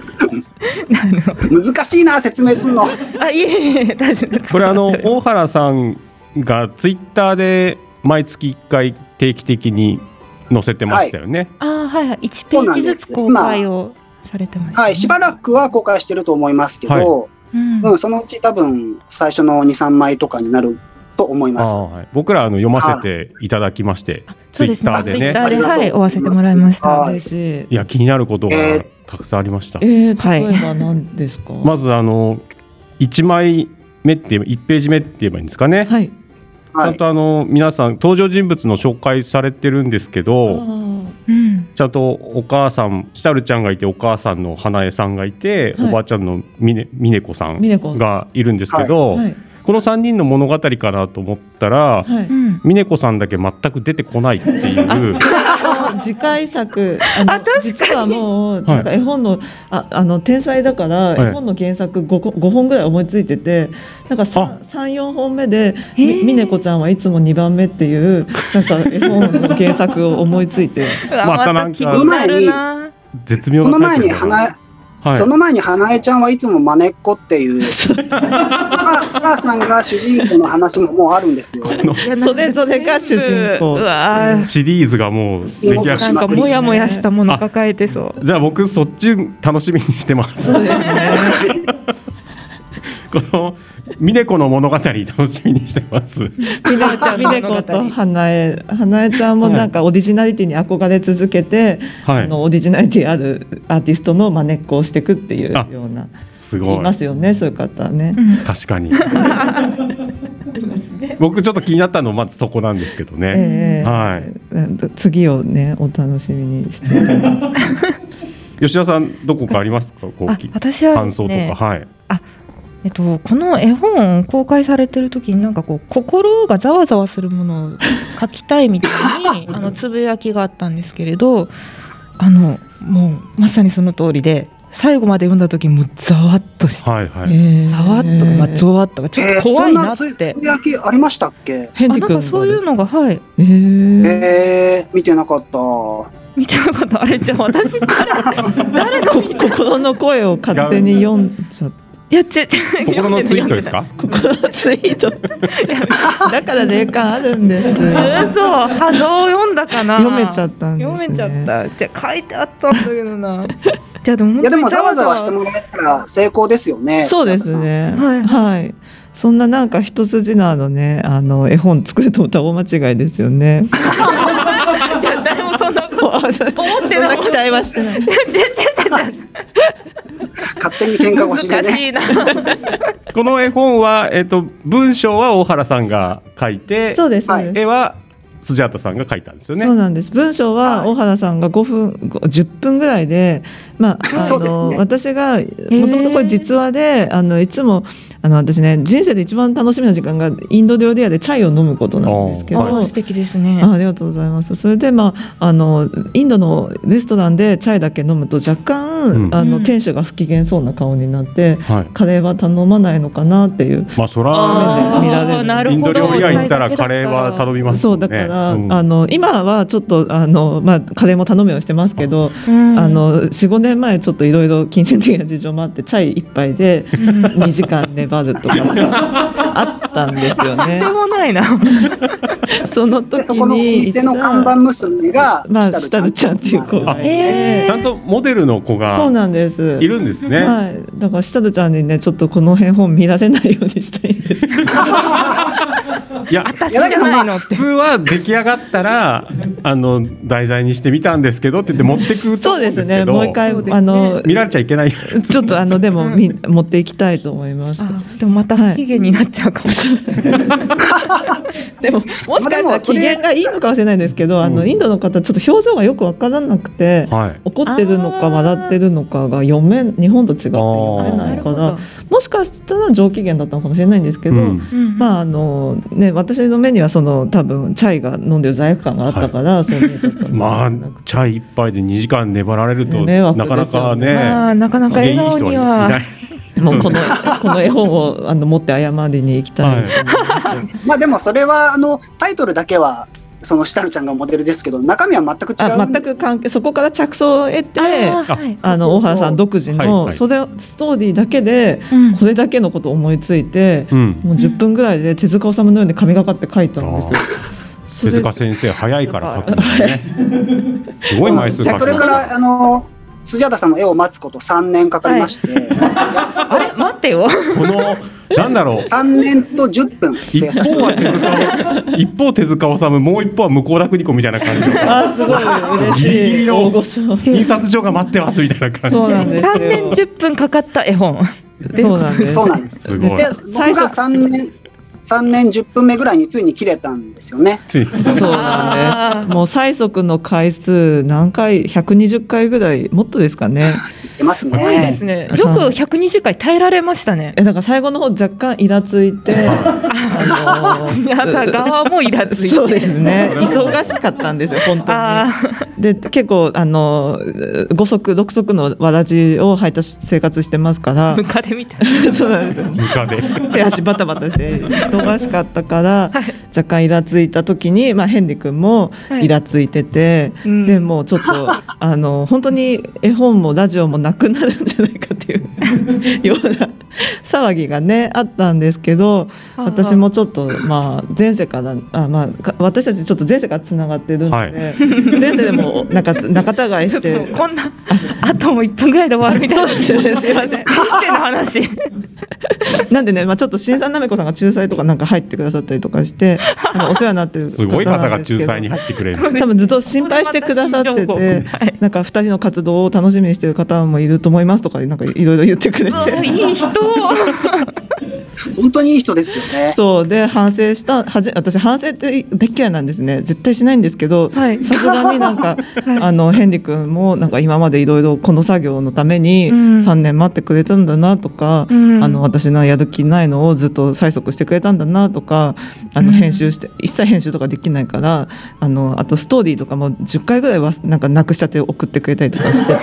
難しいな説明すんの。 あいえいえ大丈夫です。 これあの大原さんがツイッターで毎月いっかい定期的に載せてましたよね。 はい、あはいはいいちページずつ公開をされてました、ね、 はいしばらくは公開してると思いますけど、はいうんうん、そのうち多分最初の にさんまいとかになると思います。 はい、僕らあの読ませていただきまして、ツイッターでね、 ツイッターではい追わせてもらいました。 いや気になることがたくさんありました。 えー、例えば何ですか。 まずあのいちまいめっていちページ目って言えばいいんですかね。 はい。 ちゃんとあの皆さん登場人物の紹介されてるんですけど、うん、ちゃんとお母さんシタルちゃんがいてお母さんの花江さんがいて、はい、おばあちゃんのみねみねこさんがいるんですけど、はいはい、このさんにんの物語かなと思ったら、はい、みねこさんだけ全く出てこないっていう次回作あのあ実はもうなんか絵本の、はい、ああの天才だから絵本の原作 5, ごほんぐらい思いついててなんかさん、よんほんめでみみねこちゃんはいつもにばんめっていうなんか絵本の原作を思いついてまたなんかその前に絶妙なその前に花はい、その前に花江ちゃんはいつもまねっこっていうお母さんが主人公の話ももうあるんですよ。 それぞれが主人公。 うわシリーズがもう出来上がなんかもやもやしたもの抱えてそう。 じゃあ僕そっち楽しみにしてます。 そうですね。 このみねこの物語楽しみにしてます。みねこと花江花江ちゃんもなんかオリジナリティに憧れ続けて、はい、あのオリジナリティあるアーティストの真似っこをしていくっていうようなすごいいますよねそういう方ね。 確かに僕ちょっと気になったのはまずそこなんですけどね、えーはい、 次をねお楽しみにして吉田さんどこかありますかこう私は、ね、 感想とかはいあえっと、この絵本公開されてる時になんかこう心がざわざわするものを書きたいみたいにあのつぶやきがあったんですけれどあのもうまさにその通りで最後まで読んだ時もうざわっとして、はいはい、ざわっと、まあ、ゾワっとかちょっと怖いなって、えー、そんなつぶやきありましたっけ。 ヘンリ君がそういうのがはいえー、 えー、見てなかった見てなかったあれじゃ私誰誰の心の声を勝手に読んじゃったいやちち心のツイートですか。 心のツイートだから霊感あるんです。 嘘波動を読んだかな読めちゃったんです、ね、 読めちゃったじゃ書いてあったんだけどなじゃあでもいやでもざわざわしてもらえたら成功ですよね。 そうですねはい、はい、そんななんか一筋縄のねあの絵本作ると思ったら大間違いですよねじゃあ誰もそんなこと思ってないそんな期待はしてない勝手に喧嘩腰でね。 難しいなこの絵本は、えーと、文章は大原さんが書いてそうです、 はい、絵はスジャータさんが書いたんですよね。 そうなんです。文章は大原さんがごふんじゅっぷんぐらいで、まああの、ね、私がもともとこれ実話であのいつもあの私ね人生で一番楽しみな時間がインド料理屋でチャイを飲むことなんですけど、 はい、素敵ですね。 あ, ありがとうございます。それで、まあ、あのインドのレストランでチャイだけ飲むと若干、うん、あの店主が不機嫌そうな顔になって、うん、カレーは頼まないのかなっていう、 まあそら見られる。 インド料理屋行ったらカレーは頼みますね。 そうだから、うん、あの今はちょっとあの、まあ、カレーも頼むようにしてますけど、うん、あの よん,ご 年前ちょっといろいろ金銭的な事情もあってチャイ一杯でにじかん眠粘るとかあったんですよね。 でもないな。 その時にそこのお店の看板娘がまあシタルちゃんっていう子が、 えー、ちゃんとモデルの子がそうなんですいるんですね。 はい、だからシタルちゃんにねちょっとこの辺本見られないようにしたいんです。 いや、 私じゃないのって。 普通は出来上がったらあの題材にしてみたんですけどって言って持ってくと思うんですけど、そうですね。 もう一回あの見られちゃいけない。 ちょっとあのでもみ持っていきたいと思います。 でもまた不機嫌になっちゃうかもしれない。 でももしかしたら機嫌がいいのかもしれないんですけど、あのインドの方ちょっと表情がよくわからなくて、はい、怒ってるのか笑ってるのかが読め日本と違って読めないから、もしかしたら上機嫌だったのかもしれないんですけど、うん、まああのね私の目にはその多分チャイが飲んでる罪悪感があったから、はい、そう見えちゃった。 まあチャイ一杯でにじかん粘られると、ね、なかなかね、 まあ、なかなか笑顔には。 もうこのこの絵本をあの持って謝りに行きたい、はい、 まあでもそれはあのタイトルだけはそのシタルちゃんがモデルですけど中身は全く違う。 あ全く関係そこから着想を得て あ, あの大原さん独自の、はいはい、それストーリーだけでこれだけのことを思いついて、うん、もうじゅっぷんぐらいで手塚治虫のように神がかって書いたんですよ。 手塚先生早いから書くんですね。すごい枚数書く。 それからあのスジャータさんの絵を待つことさんねんかかりまして、 はい、あれ待ってよこのなんだろうさんねんとじゅっぷん一方は手塚一方手塚治虫もう一方は向田邦子みたいな感じあすごい嬉しいギリギリの印刷所が待ってますみたいな感じ。 そうなんですよ。 さんねんじゅっぷんかかった絵本。 そうなんです。 そうなんです。 すごい。 で僕がさんねんさんねんじゅっぷんめぐらいについに切れたんですよね。 そうなんです。もう催促の回数何回ひゃくにじゅっかいぐらいもっとですかね。 出ますね。 すごいですね。よくひゃくにじゅっかい耐えられましたね。 えだから最後の方若干イラついて、 あの皆さん側もイラついて。 そうですね。忙しかったんですよ本当に。で結構あのご足ろく足のわらじを履いた生活してますから。 ムカデみたいな。 そうなんですよ。 ムカデ。 手足バタバタして忙しかったから、はい、若干イラついた時に、まあ、ヘンリ君もイラついてて、はい、でもうちょっとあの本当に絵本もラジオもなくなるんじゃないかっていうような騒ぎがねあったんですけど、私もちょっと、まあ、前世からあ、まあ、私たちちょっと前世からつながってるので、はい、前世でもなんか仲違いしてこんなあともういっぷんぐらいで終わるみたいな。 そうですよね、すいません前世の話なんでね、まあ、ちょっと新さんなめこさんが仲裁とかなんか入ってくださったりとかしてあのお世話になってる方なんですけど、 すごい方が仲裁に入ってくれる。 多分ずっと心配してくださってて、なんかふたりの活動を楽しみにしている方もいると思いますとかなんかいろいろ言ってくれていい人本当にいい人ですよね。 そうで反省したはじ私反省って大嫌いなんですね。絶対しないんですけど、さすがになんか、はい、あのヘンリ君もなんか今までいろいろこの作業のためにさんねん待ってくれたんだなとか、うん、あの私のやる気ないのをずっと催促してくれたんだなとか、あの編集して、うん、一切編集とかできないから、あのあとストーリーとかもじゅっかいぐらいはなんかなくしちゃって送ってくれたりとかしてて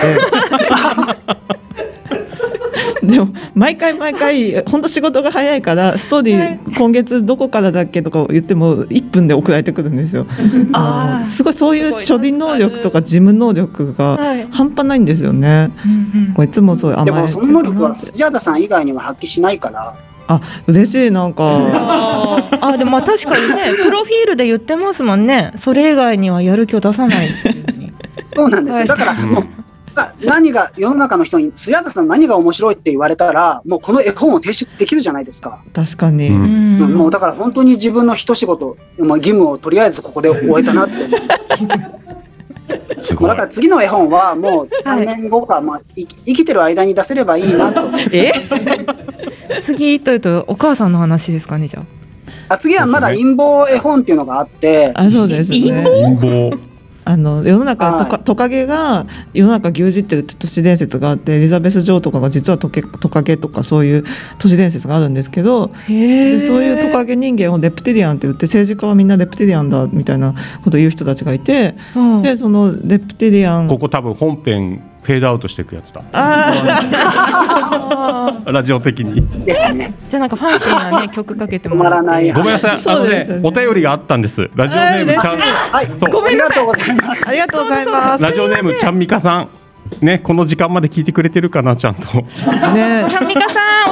でも毎回毎回本当仕事が早いからストーリー今月どこからだっけとか言ってもいっぷんで送られてくるんですよ。あすごいそういう処理能力とか事務能力が半端ないんですよね。これいつもそう甘えでもその能力はスジャータさん以外には発揮しないから。 あ嬉しいなんかああでも確かにねプロフィールで言ってますもんね。それ以外にはやる気を出さないっていうふうにそうなんですよ。だからもうさ何が世の中の人にスジャータさん何が面白いって言われたらもうこの絵本を提出できるじゃないですか。確かに、 うん、もうだから本当に自分の一仕事、まあ、義務をとりあえずここで終えたなってだから次の絵本はもうさんねんごか、はいまあ、生きてる間に出せればいいなとえ次というとお母さんの話ですかね。じゃああ次はまだ陰謀絵本っていうのがあってあそうですね陰謀あの世の中トカ、トカゲが世の中牛耳ってるって都市伝説があってエリザベス女王とかが実はトケトカゲとかそういう都市伝説があるんですけどでそういうトカゲ人間をレプティリアンって言って政治家はみんなレプティリアンだみたいなことを言う人たちがいて、うん、でそのレプティリアンここ多分本編フェードアウトしていくやつだラジオ的にですね。 じゃあなんかファンシーな、ね、曲かけてもらってごめんなさいあの、ね、お便りがあったんです。ラジオネームちゃん、 はい、そうありがとうございますありがとうございます。 ラジオネームちゃんみかさんね、この時間まで聞いてくれてるかなちゃんとねちゃんみかさんお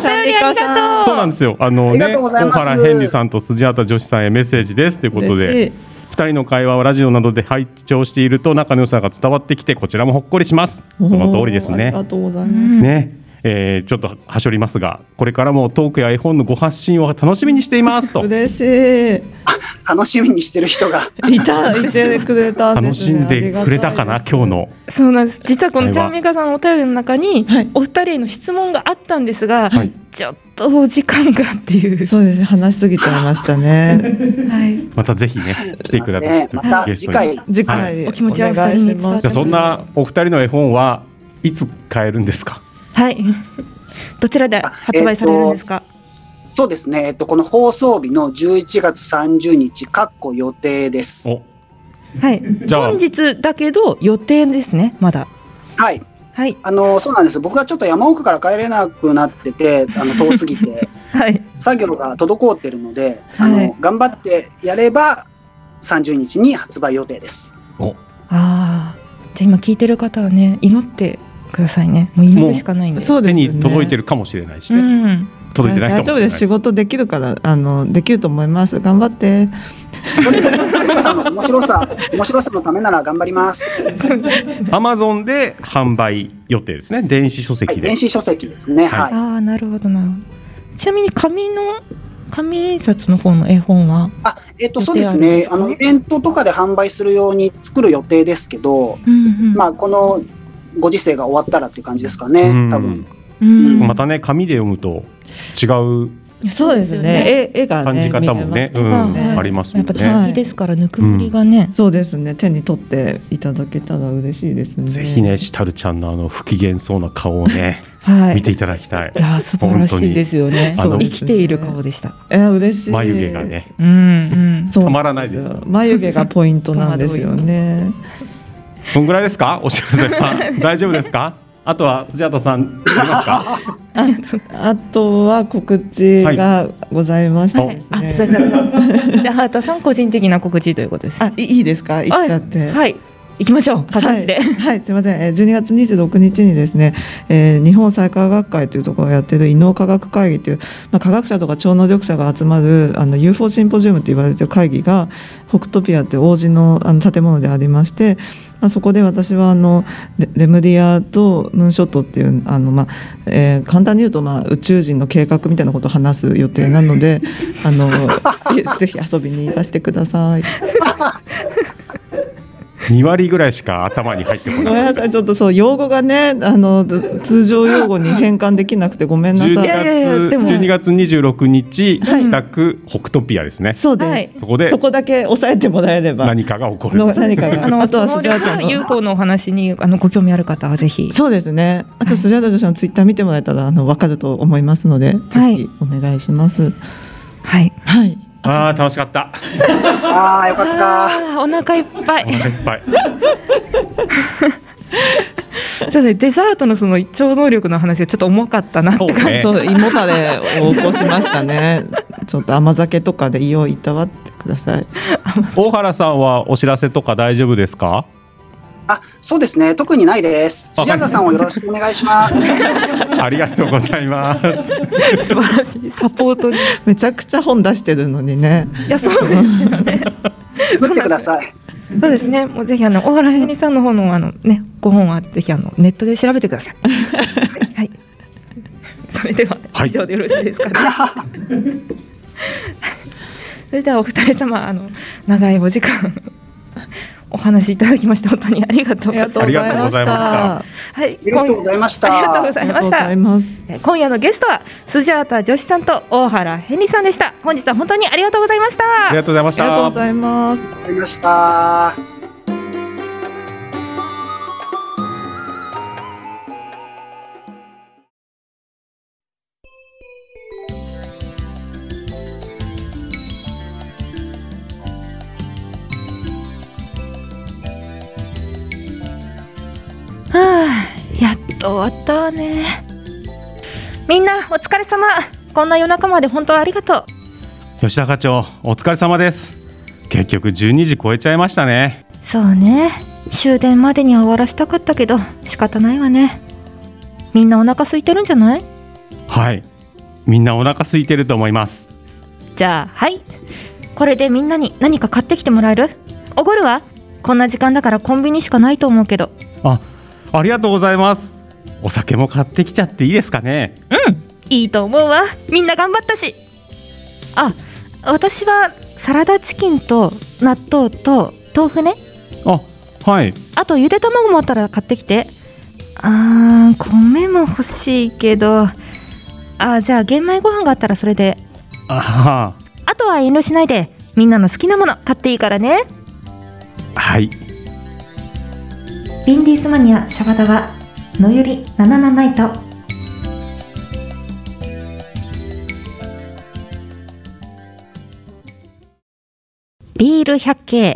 お便りありがとう。 そうなんですよ。あのね、大原ヘンリさんとスジャータ女子さんへメッセージですということで、ふたりの会話をラジオなどで拝聴していると仲の良さが伝わってきて、こちらもほっこりします。その通りですね。 ありがとうございます。 ね、えー、ちょっとはしょりますが、これからもトークや絵本のご発信を楽しみにしていますと。 嬉しい。 楽しみにしてる人がいた、いてくれたんですね。 楽しんでくれたかな、今日の。 そうなんです。実はこのちゃんみかさんのお便りの中に、はい、お二人への質問があったんですが、はい、ちょっとお時間がっていう。 そうですね、話しすぎちゃいましたね。 はい。 またぜひね、来てください。 また次回、 次回、 お気持ちはお願いします。 じゃそんなお二人の絵本はいつ買えるんですか。 はい。どちらで発売されるんですか。 そうですね、えっと、この放送日のじゅういちがつさんじゅうにちかっこ予定です。 はい、じゃあ本日だけど予定ですね、まだ。 はい、 はい、 あのそうなんです。僕はちょっと山奥から帰れなくなってて、あの遠すぎて、はい、作業が滞ってるので、あの、はい、頑張ってやればさんじゅうにちに発売予定です。 おあー、じゃあ今聞いてる方はね、祈ってくださいね。もう祈るしかないんで。 そうですね、 手に届いてるかもしれないしね。うん、届いてないかもしれない。大丈夫です。 仕事できるから、あのできると思います。頑張って。 そうですね。さんの面白さ、面白さのためなら頑張ります。 アマゾンで販売予定ですね。電子書籍で。 はい、電子書籍ですね。はい。はい、 ああ、なるほどな。ちなみに紙の紙印刷の方の絵本は。 あ、えっとそうですね。あのイベントとかで販売するように作る予定ですけど、うんうん、まあこのご時世が終わったらっていう感じですかね。多分。 うん、またね、紙で読むと違う。 そうですね。絵が感じ方もね、ありますもんね。 やっぱ手ですからぬくもりがね。 そうですね。手に取っていただけたら嬉しいですね。 ぜひね、したるちゃんのあの不機嫌そうな顔をね、見ていただきたい。 いや素晴らしいですよね。生きている顔でした。 いや嬉しい。 眉毛がね、 たまらないです。 眉毛がポイントなんですよね。 そんぐらいですか？お知らせは大丈夫ですか？あとはスジャータさんありますか？ あ, あとは告知がございまして、ね、 はい、あ、スジャータさん個人的な告知ということです。 あ、いいですか？言っちゃって。 はい。行きましょう。形で。 はい、はい、すみません。じゅうにがつにじゅうろくにちにですね、えー、日本細科学会というところをやっている異能科学会議という、まあ、科学者とか超能力者が集まるあの ユーフォー シンポジウムと言われている会議が北トピアという王子のあの建物でありまして、まあ、そこで私はあの レ, レムディアとムーンショットっていうあの、まあえー、簡単に言うと、まあ、宇宙人の計画みたいなことを話す予定なのであのぜひ遊びにいらしてください。 にわりぐらいしか頭に入ってこない。 ごめんなさい、ちょっとそう用語がね、あの通常用語に変換できなくてごめんなさい。じゅうにがつにじゅうろくにち、帰宅北トピアですね。 そうです。 そこでそこだけ押さえてもらえれば何かが起こる。 何かが。あのあとはスジャータのユーフォー のお話にあのご興味ある方はぜひ。 そうですね。あとスジャータ女子のツイッター見てもらえたらあの分かると思いますので、ぜひお願いします。 はいはい。 ああ楽しかった。 ああよかった。 お腹いっぱい。 お腹いっぱい。 ちょっとデザートのその超能力の話がちょっと重かったなって感じ。 そう、ね、そう胃もたれを起こしましたね。ちょっと甘酒とかで胃をいたわってください。 大原さんはお知らせとか大丈夫ですか？ あ、そうですね。特にないです。スジャータさんをよろしくお願いします。 ありがとうございます。 素晴らしいサポートに。 めちゃくちゃ本出してるのにね。 いやそうですよね。 作ってください。 そうですね。もうぜひあの大原ヘニさんの方のあのねご本はぜひあのネットで調べてください。はい。それでは以上でよろしいですかね。はい、それではお二人様あの長いお時間。お話いただきまして本当にありがとうございました。 ありがとうございました。 はい、ありがとうございました。 ありがとうございました。今夜のゲストはスジャータ女子さんと大原ヘニさんでした。本日は本当にありがとうございました。 ありがとうございました。 ありがとうございます。 ありがとうございました。 はあ、やっと終わったわね。みんなお疲れ様。こんな夜中まで本当ありがとう。 吉田課長お疲れ様です。結局じゅうにじ超えちゃいましたね。 そうね、終電までには終わらせたかったけど仕方ないわね。みんなお腹空いてるんじゃない？ はい、 みんなお腹空いてると思います。 じゃあはいこれでみんなに何か買ってきてもらえる？おごるわ。こんな時間だからコンビニしかないと思うけど。 あ、ありがとうございます。お酒も買ってきちゃっていいですかね？ うんいいと思うわ。みんな頑張ったし。あ、私はサラダチキンと納豆と豆腐ね。 あ、はい。 あとゆで卵もあったら買ってきて。あー米も欲しいけど、あじゃあ玄米ご飯があったらそれで。 あはあとは遠慮しないでみんなの好きなもの買っていいからね。 はい。 ビンディースマニアシャバダバのゆりナナナナイト。ビール百景。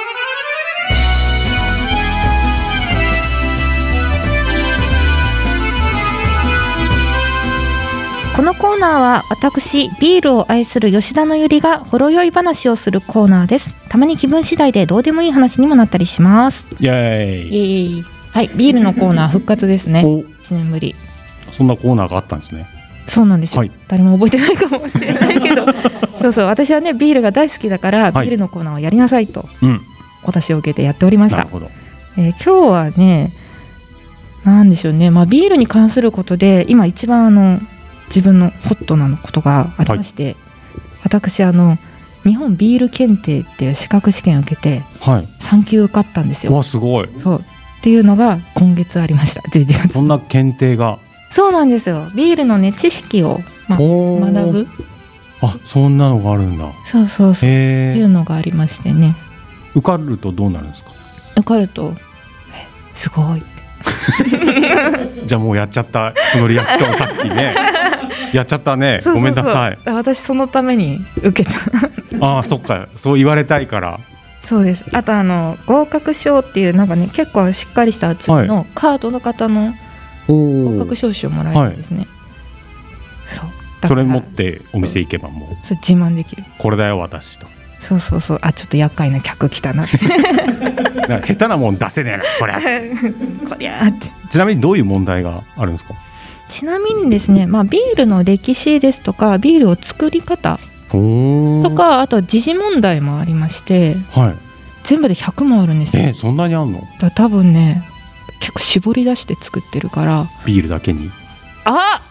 このコーナーは私ビールを愛する吉田のゆりがほろ酔い話をするコーナーです。たまに気分次第でどうでもいい話にもなったりします。 イエーイ。 イエーイ。はい、ビールのコーナー復活ですね。いちねんぶり。 そんなコーナーがあったんですね。 そうなんですよ、 はい、 誰も覚えてないかもしれないけどそうそう私はねビールが大好きだから、はい、ビールのコーナーをやりなさいと、うん、お達しを受けてやっておりました。 なるほど。 えー、今日はねなんでしょうね、まあ、ビールに関することで今一番あの自分のホットなことがありまして、はい、私あの日本ビール検定っていう資格試験を受けて、はい、さんきゅう受かったんですよ。 わすごい。 そうっていうのが今月ありました。じゅういちがつ。 そんな検定が。 そうなんですよ。ビールのね知識を、まあ、学ぶ。 あ、そんなのがあるんだ。 そうそうそういうのがありましてね。 受かるとどうなるんですか？ 受かるとすごいじゃあもうやっちゃった。そのリアクションさっきねやっちゃったね。ごめんなさい。 私そのために受けたああそっか、そう言われたいから。そうです。 あとあの合格証っていうなんかね結構しっかりした厚みのカードの方の合格証書をもらえるんですね。はい、 そうそれ持ってお店行けばもうそれ自慢できる。 これだよ私と。 そうそうそう。あちょっと厄介な客来たなってなんか下手なもん出せねえなこりゃこりゃって。 ちなみにどういう問題があるんですか？ ちなみにですね、まあ、ビールの歴史ですとかビールを作り方とかあと時事問題もありまして、はい、全部でひゃくもあるんですよ。 えー、そんなにあんの？ だ多分ね結構絞り出して作ってるからビールだけに。 あ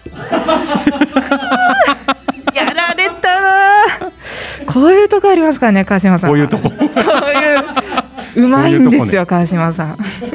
やられたな。こういうとこありますからね川島さん。 こういうとここういううまいんですよ、ね、川島さん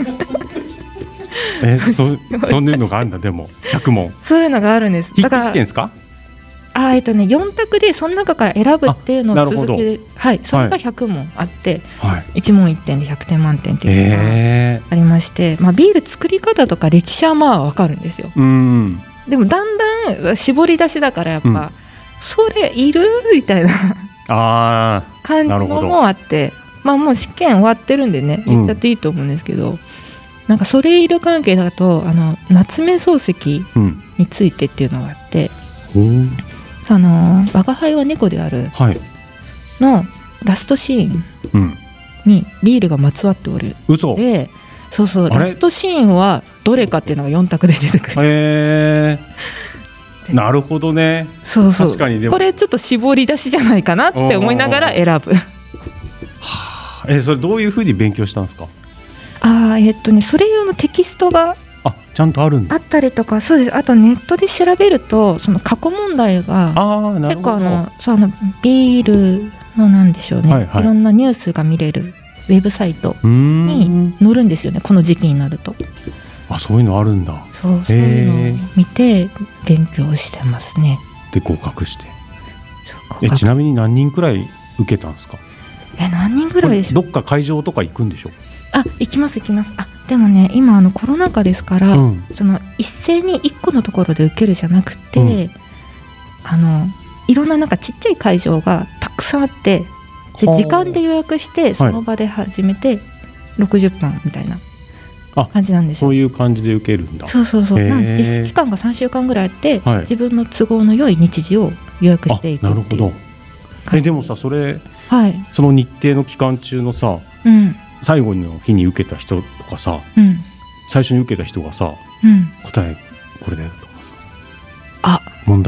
えそそういうのがあるんだ。でもひゃくもんそういうのがあるんです。 筆記試験ですか？ あえっとねよん択でその中から選ぶっていうのを続けて、はい、それがひゃくもんあって、はい、いち問いってんでひゃくてん満点っていうのがありまして、えーまあ、ビール作り方とか歴史はまあ分かるんですよ。うんでもだんだん絞り出しだからやっぱ、うん、それいるみたいなあ感じのもあって、まあもう試験終わってるんでね言っちゃっていいと思うんですけど、うん、なんかそれいる関係だとあの夏目漱石についてっていうのがあって、うん、あの我が輩は猫であるのラストシーンにビールがまつわっておる、 うん、嘘でそうそうラストシーンはどれかっていうのがよん択で出てくる。 へーなるほどね。 そうそう確かにでもこれちょっと絞り出しじゃないかなって思いながら選ぶ。 はあ、えそれどういうふうに勉強したんですか？ あえっとねそれ用のテキストがあちゃんとあるんだ。 あったりとかそうです。あとネットで調べるとその過去問題があなるほど結構あのそうあのビールのなんでしょうね、はいはい、いろんなニュースが見れるウェブサイトに載るんですよねこの時期になると。 あそういうのあるんだ。 そうそういうのを見て勉強してますね。 で合格してえちなみに何人くらい受けたんですか？ え何人くらいでしょう。 どっか会場とか行くんでしょ？ あ行きます行きます。あでもね今あのコロナ禍ですから、うん、その一斉にいっこのところで受けるじゃなくて、うん、あのいろんななんかちっちゃい会場がたくさんあってで時間で予約してその場で始めてろくじゅっぷんみたいな感じなんですよ。 そういう感じで受けるんだ。 そうそうそう。なんで実施期間がさんしゅうかんぐらいあって、はい、自分の都合の良い日時を予約していくっていう。なるほど。 えでもさそれ、 はい、 その日程の期間中のさ、うん、最後の日に受けた人とかさ、うん、最初に受けた人がさ、うん、答えこれだよとかさ、 あ問題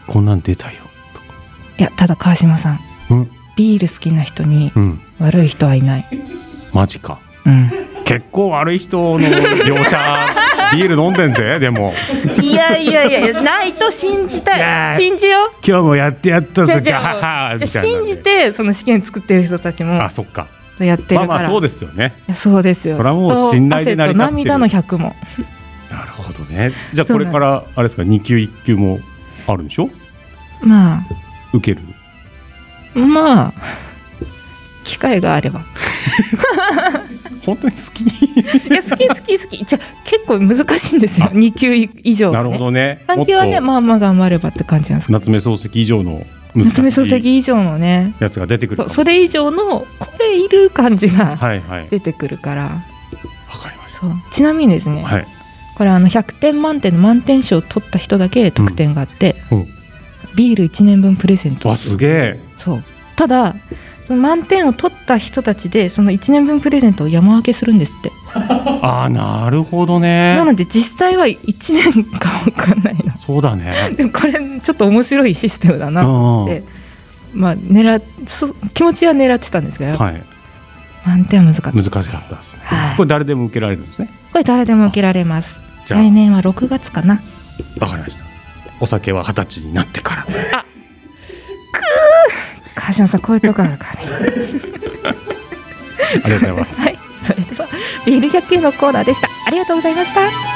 こんなん出たよとか。 いやただ川島さん、うん、ビール好きな人に悪い人はいない、うん、 マジか、 うん、 結構悪い人の描写ビール飲んでんぜ。でもいやいやいやないと信じたい。信じよう。 今日もやってやったぞ。 じゃあ信じてその試験作ってる人たちもあそっかやってるから。 まあまあそうですよね。 そうですよ。 これはもう信頼で成り立ってる。 涙のひゃくも。 なるほどね。じゃあこれからあれですか、に級いっ級もあるんでしょ。 まあ受ける。 まあ機会があれば。 本当に好き。 いや好き好き好き。じゃ結構難しいんですよ。に級以上、ね。なるほどね。 さん級はねまあまあ頑張ればって感じなんですか。 夏目漱石以上の難しい夏目漱石以上のねやつが出てくる。 そ, それ以上のこれいる感じが出てくるから。わ、 はいはい、かりました。 そうちなみにですね。 はい、 これあのひゃくてん満点の満点賞を取った人だけ得点があって、うんうん、ビールいちねんぶんプレゼント。 わすげえ。 そうただその満点を取った人たちでそのいちねんぶんプレゼントを山分けするんですって。 あーなるほどね。 なので実際はいちねんか分かんないの。 そうだね。 でもこれちょっと面白いシステムだなって、まあ、狙そ気持ちは狙ってたんですけど、はい、満点は難かった。 難しかったですね、はい、これ誰でも受けられるんですね。 これ誰でも受けられます。来年はろくがつかな。 わかりました。お酒ははたちになってから。あくー川島さんこういうとこあるからね。 ありがとうございます。 はい、それではビールひゃく級のコーナーでした。ありがとうございました。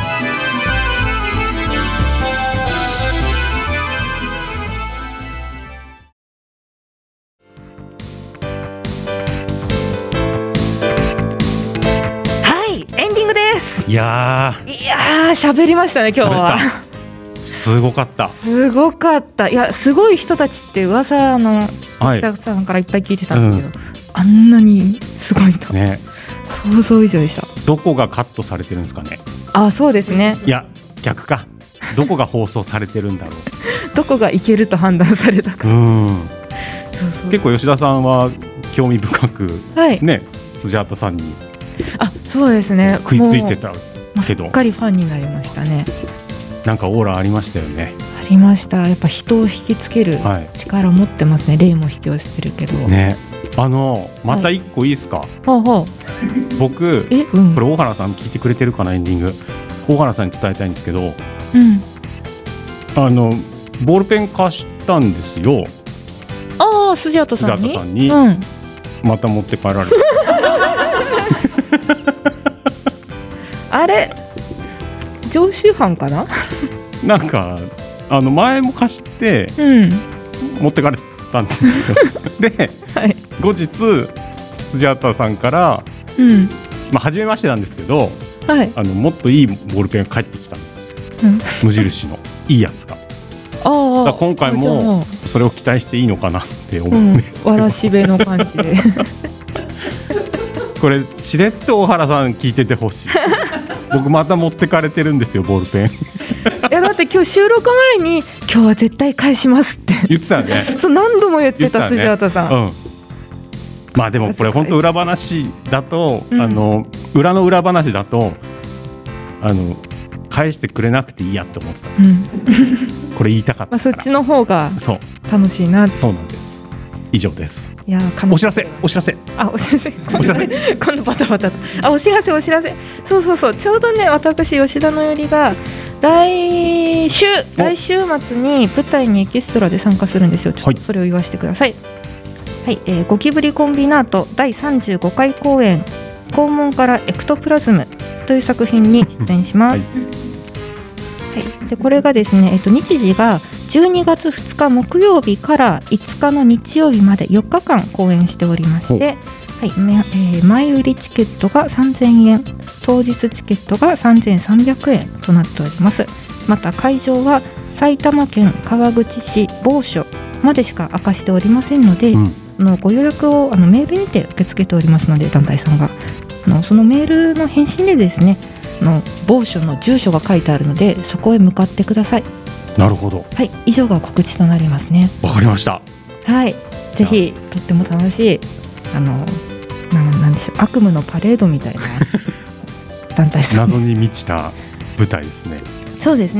はいエンディングです。 いやーいやー喋りましたね今日は。 すごかった。 すごかった。いやすごい人たちって噂のお客さんからいっぱい聞いてたんですけど、はいうん、あんなにすごいと、ね、想像以上でした。 どこがカットされてるんですかね。 あそうですね。 いや逆か。どこが放送されてるんだろう。 どこがいけると判断されたか。うんそうそう結構吉田さんは興味深く、はいね、スジャータさんにあそうですね食いついてたけどすっかりファンになりましたね。 なんかオーラありましたよね。 ありました。やっぱ人を引きつける力を持ってますね、はい、霊も引き寄せてるけどね。あのまた一個いいですか、はい、ほうほう僕え、うん、これ大原さん聞いてくれてるかな。エンディング大原さんに伝えたいんですけど、うん、あのボールペン貸したんですよ。 ああスジャータさんに, さんに、うん、また持って帰られた。 あれ常習犯かな。 なんかあの前も貸して、うん、持ってかれたんですよ。で、はい、後日スジャータさんから、うんまあ、初めましてなんですけど、はい、あのもっといいボールペンが返ってきたんです、うん、無印のいいやつが。あだ今回もそれを期待していいのかなって思うんですけど、 うん、わらしべの感じで。 これしれっと大原さん聞いててほしい。僕また持ってかれてるんですよボールペン。 いやだって今日収録前に今日は絶対返しますって言ってたよね。 そう何度も言ってたスジャータさん、うん、 まあでもこれ本当裏話だと、うん、あの裏の裏話だとあの返してくれなくていいやって思ってたんです、うん、これ言いたかったから、 まあ、そっちの方が楽しいな。 そうなんです。以上です。 いやお知らせお知らせあお知らせお知らせ今度バタバタとあお知らせお知らせそうそうそうちょうどね私吉田のよりが来週来週末に舞台にエキストラで参加するんですよ。ちょっとそれを言わせてください。はい、はいえー、ゴキブリコンビナートだいさんじゅうごかい公演肛門からエクトプラズムという作品に出演します。はいはい、でこれがですね、えっと、日時がじゅうにがつふつか木曜日からいつかの日曜日までよっかかん公演しておりまして、はいえー、前売りチケットがさんぜんえん当日チケットがさんぜんさんびゃくえんとなっております。また会場は埼玉県川口市某所までしか明かしておりませんので、うん、あのご予約をあのメールにて受け付けておりますので団体さんがあのそのメールの返信でですねの某所の住所が書いてあるのでそこへ向かってください。 なるほど。 はい、以上が告知となりますね。 わかりました。 はい、ぜひとっても楽しいあのななんでしょう悪夢のパレードみたいな団体さん謎に満ちた舞台ですね。 そうですね。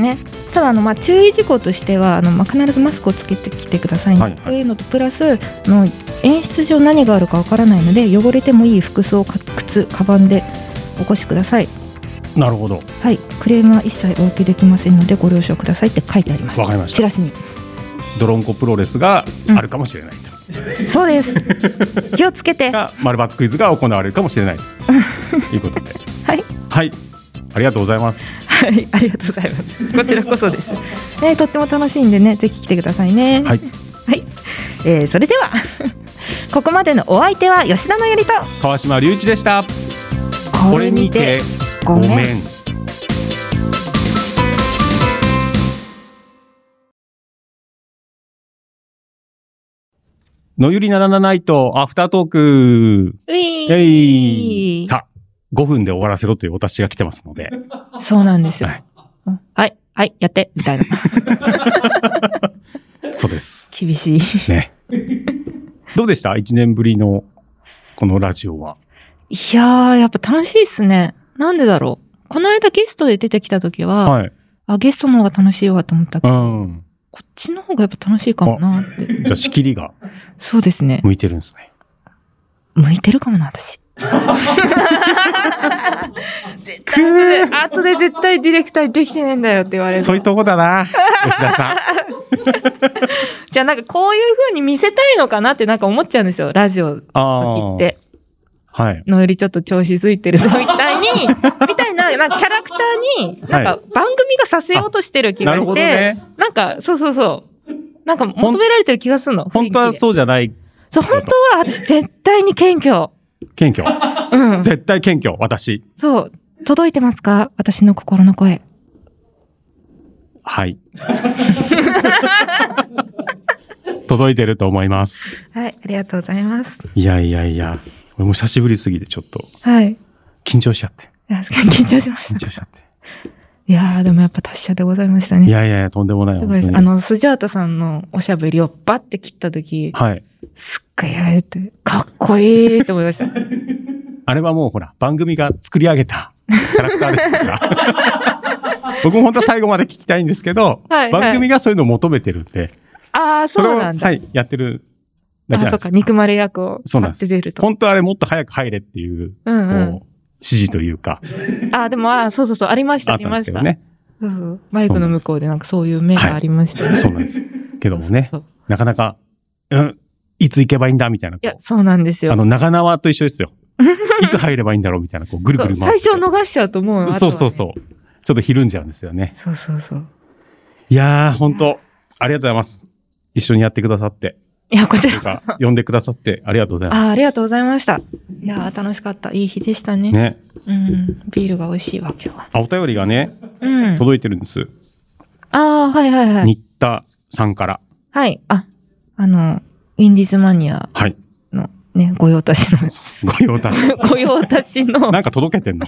ただあの、まあ、注意事項としてはあの、まあ、必ずマスクをつけてきてくださいね、はいはい、というのとプラスの演出上何があるかわからないので汚れてもいい服装、靴、カバンでお越しください。 なるほど、 はい、クレームは一切お受けできませんのでご了承くださいって書いてあります。 わかりました。 チラシにドロンコプロレスがあるかもしれないと、 うん、そうです気をつけて丸抜クイズが行われるかもしれないということではいはい、ありがとうございます。 はい、ありがとうございます。こちらこそです、ね、とっても楽しいんでね、ぜひ来てくださいね。 はい、 はい、えー、それではここまでのお相手は吉田のゆりと川島隆一でした。これにてごめん。のゆりなななナイトアフタートーク。 ういーさあごふんで終わらせろというお達しが来てますので。 そうなんですよ。 はいはいはいやってみたいな。 そうです。 厳しいね。どうでした？いちねんぶりのこのラジオは。 いやーやっぱ楽しいっすね。なんでだろう。この間ゲストで出てきた時は、はい、あゲストの方が楽しいわと思ったけど、うん、こっちの方がやっぱ楽しいかもなって。 じゃあ仕切りがそうですね。 向いてるんですね。 向いてるかもな私。絶対後で絶対ディレクターできてねえんだよって言われる。 そういうとこだな吉田さん。 じゃあなんかこういう風に見せたいのかなってなんか思っちゃうんですよラジオの時って。はい、のよりちょっと調子づいてるぞみたいにみたいな、なんかキャラクターになんか番組がさせようとしてる気がして、はいね、なんかそうそうそうなんか求められてる気がするの。 本当はそうじゃない。 そう本当は私絶対に謙虚謙虚、うん、絶対謙虚私。 そう届いてますか私の心の声。 はい届いてると思います。 はいありがとうございます。 いやいやいや俺も久しぶりすぎてちょっと緊張しちゃって。 いや緊張しました。 緊張しちゃって。 いやーでもやっぱ達者でございましたね。 いやいやとんでもない。 すごいです。あのスジャータさんのおしゃべりをバッて切った時、はい、すっごいやれてかっこいいと思いました。 あれはもうほら番組が作り上げたキャラクターですから。僕も本当は最後まで聞きたいんですけど、はいはい、番組がそういうのを求めてるんで、 ああそうなんだ。 それを、はい、やってる。 あ、そうか、憎まれ役を買って出ると。 本当はあれもっと早く入れっていう、うんうん、こう指示というか。 あ、でも、あ、そうそうそう、ありました、ありました。ね、そうそう。マイクの向こうでなんかそういう目がありましたね。 はい、そうなんです。けどもね、なかなか、うん、いつ行けばいいんだみたいな。いや、そうなんですよ。 あの、長縄と一緒ですよ。いつ入ればいいんだろうみたいな、こう、ぐるぐる回って。最初逃しちゃうと思う、ね。 そうそうそう。ちょっとひるんじゃうんですよね。 そうそうそう。 いやー、本当ありがとうございます。一緒にやってくださって。 いや、こちらこそ。 呼んでくださってありがとうございます。 あ、ありがとうございました。いや、楽しかった。いい日でしたね。ね。うん。ビールが美味しいわ、今日は。 あ、お便りがね、 うん、 届いてるんです。 ああ、はいはいはい。 新田さんから。 はい。あ、あの、ウィンディーズマニアのね、御用達の。 御用達。 御用達の。 なんか届けてんの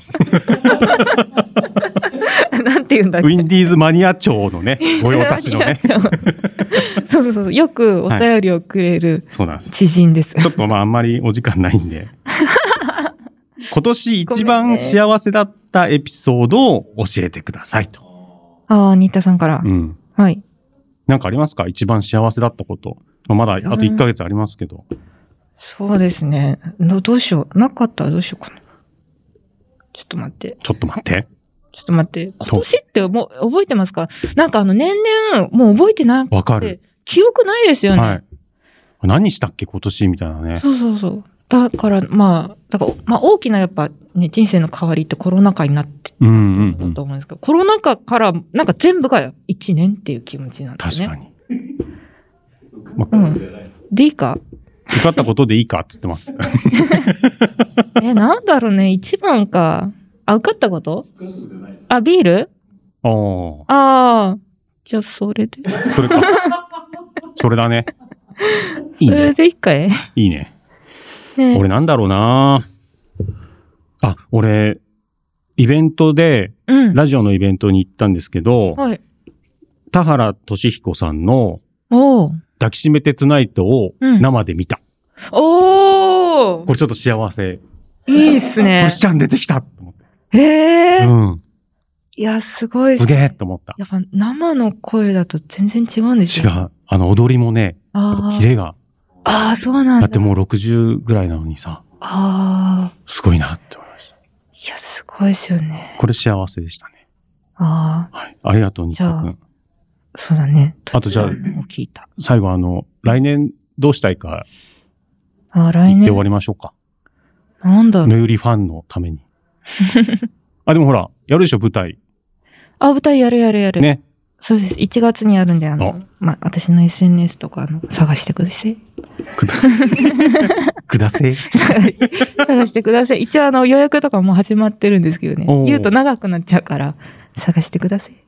なんて言うんだっけ。 ウィンディーズマニア庁のね、御用達のね。 そうそうそう、よくお便りをくれる知人です。 はい、ちょっとまああんまりお時間ないんで。今年一番幸せだったエピソードを教えてくださいと。 ああ、新田さんから。 うん。 はい。 なんかありますか？一番幸せだったこと。まだあといっかげつありますけど。 そうですね。どうしよう。なかったらどうしようかな。ちょっと待って。 ちょっと待って。 ちょっと待って。今年ってもう覚えてますか？なんかあの年々もう覚えてなくて。 わかる。 記憶ないですよね。はい。 何したっけ今年みたいなね。 そうそうそう。だからまあ、だからまあ大きなやっぱね、人生の変わりってコロナ禍になってたと思うんですけど、コロナ禍からなんか全部がいちねんっていう気持ちなんですね。 確かに。 まうん。でいいか？ 受かったことでいいかって言ってます。 え、なんだろうね、一番か。あ、受かったこと？あ、ビール？ ああ。ああ。じゃあそれで。 それか。それだね。いいね。 それでいいかい？ いいね。ね、俺なんだろうなあ、俺、イベントで、うん、ラジオのイベントに行ったんですけど、はい、田原俊彦さんの抱きしめてトゥナイトを生で見た。 うん、おー！ これちょっと幸せ。 いいっすね。 トシちゃん出てきたと思って。 へー。 うん。 いや、すごい。 すげえと思った。 やっぱ生の声だと全然違うんですよ、 ね。違う。あの踊りもね、あキレが。 ああ、そうなんだ。 だってもうろくじゅうぐらいなのにさ。 ああ。 すごいなって思いました。 いや、すごいですよね。 これ幸せでしたね。 ああ。 はい。ありがとう、新田くん。 そうだね。 あとじゃあ、 聞いた最後あの、来年どうしたいか。 あ、来年。 言って終わりましょうか。 なんだろう。 ぬゆりファンのために。あ、でもほら、やるでしょ、舞台。 あ、舞台やるやるやる。 ね。 そうです。いちがつにあるんで、あの、まあ、私の エスエヌエス とか、あの、探してください。 くだ、くだせ探してください。一応、あの、予約とかもう始まってるんですけどね。言うと長くなっちゃうから、探してください。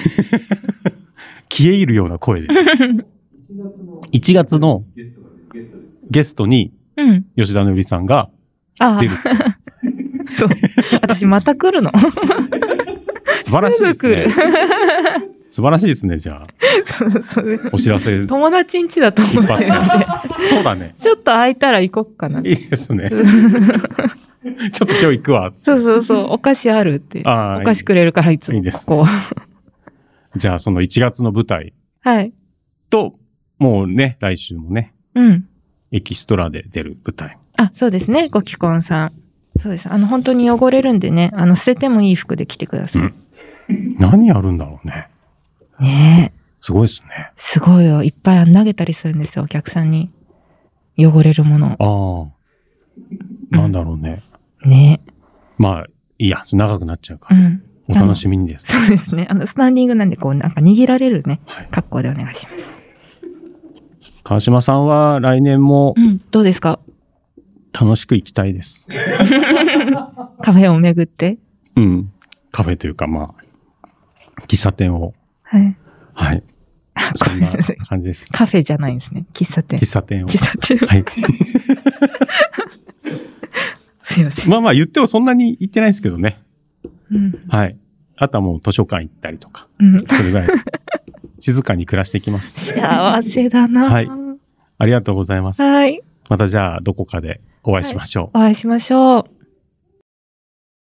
消え入るような声で。いちがつのゲストに、吉田のゆりさんが出る。 そう。私また来るの。 素晴らしいですね。素晴らしいですね、じゃあ。 そうそう。 お知らせ。 友達ん家だと思ってるんで。 そうだね。 ちょっと空いたら行こっかな。 いいですね。ちょっと今日行くわ。 そうそうそう。お菓子あるって。お菓子くれるからいつもここ。 じゃあそのいちがつの舞台。 はい。 と、もうね、来週もね。 うん。 エキストラで出る舞台。 あ、そうですね。ごきこんさん。そうです。あの、本当に汚れるんでね、あの、捨ててもいい服で着てください。うん、 何やるんだろうね。 ねえ。 すごいですね。 すごいよ。いっぱい投げたりするんですよ、お客さんに。汚れるもの。 ああ。なんだろうね。 うん、ねえ。 まあ、いいや、長くなっちゃうから。うん、お楽しみにです。 そうですね。あの、スタンディングなんで、こう、なんか握られるね、はい、格好でお願いします。 川島さんは来年も、 うん、どうですか？ 楽しく行きたいです。 カフェを巡って？ うん。カフェというか、まあ、喫茶店を。 はい。 はい。そんな感じです。 カフェじゃないんですね。喫茶店。 喫茶店を。 喫茶店。 はい。 すいません。 まあまあ言ってもそんなに行ってないですけどね。 うん。 はい。あとはもう図書館行ったりとか。 うん。 それぐらい。静かに暮らしていきます。 幸せだな。 はい。ありがとうございます。 はい。 またじゃあどこかでお会いしましょう。 はい、お会いしましょう。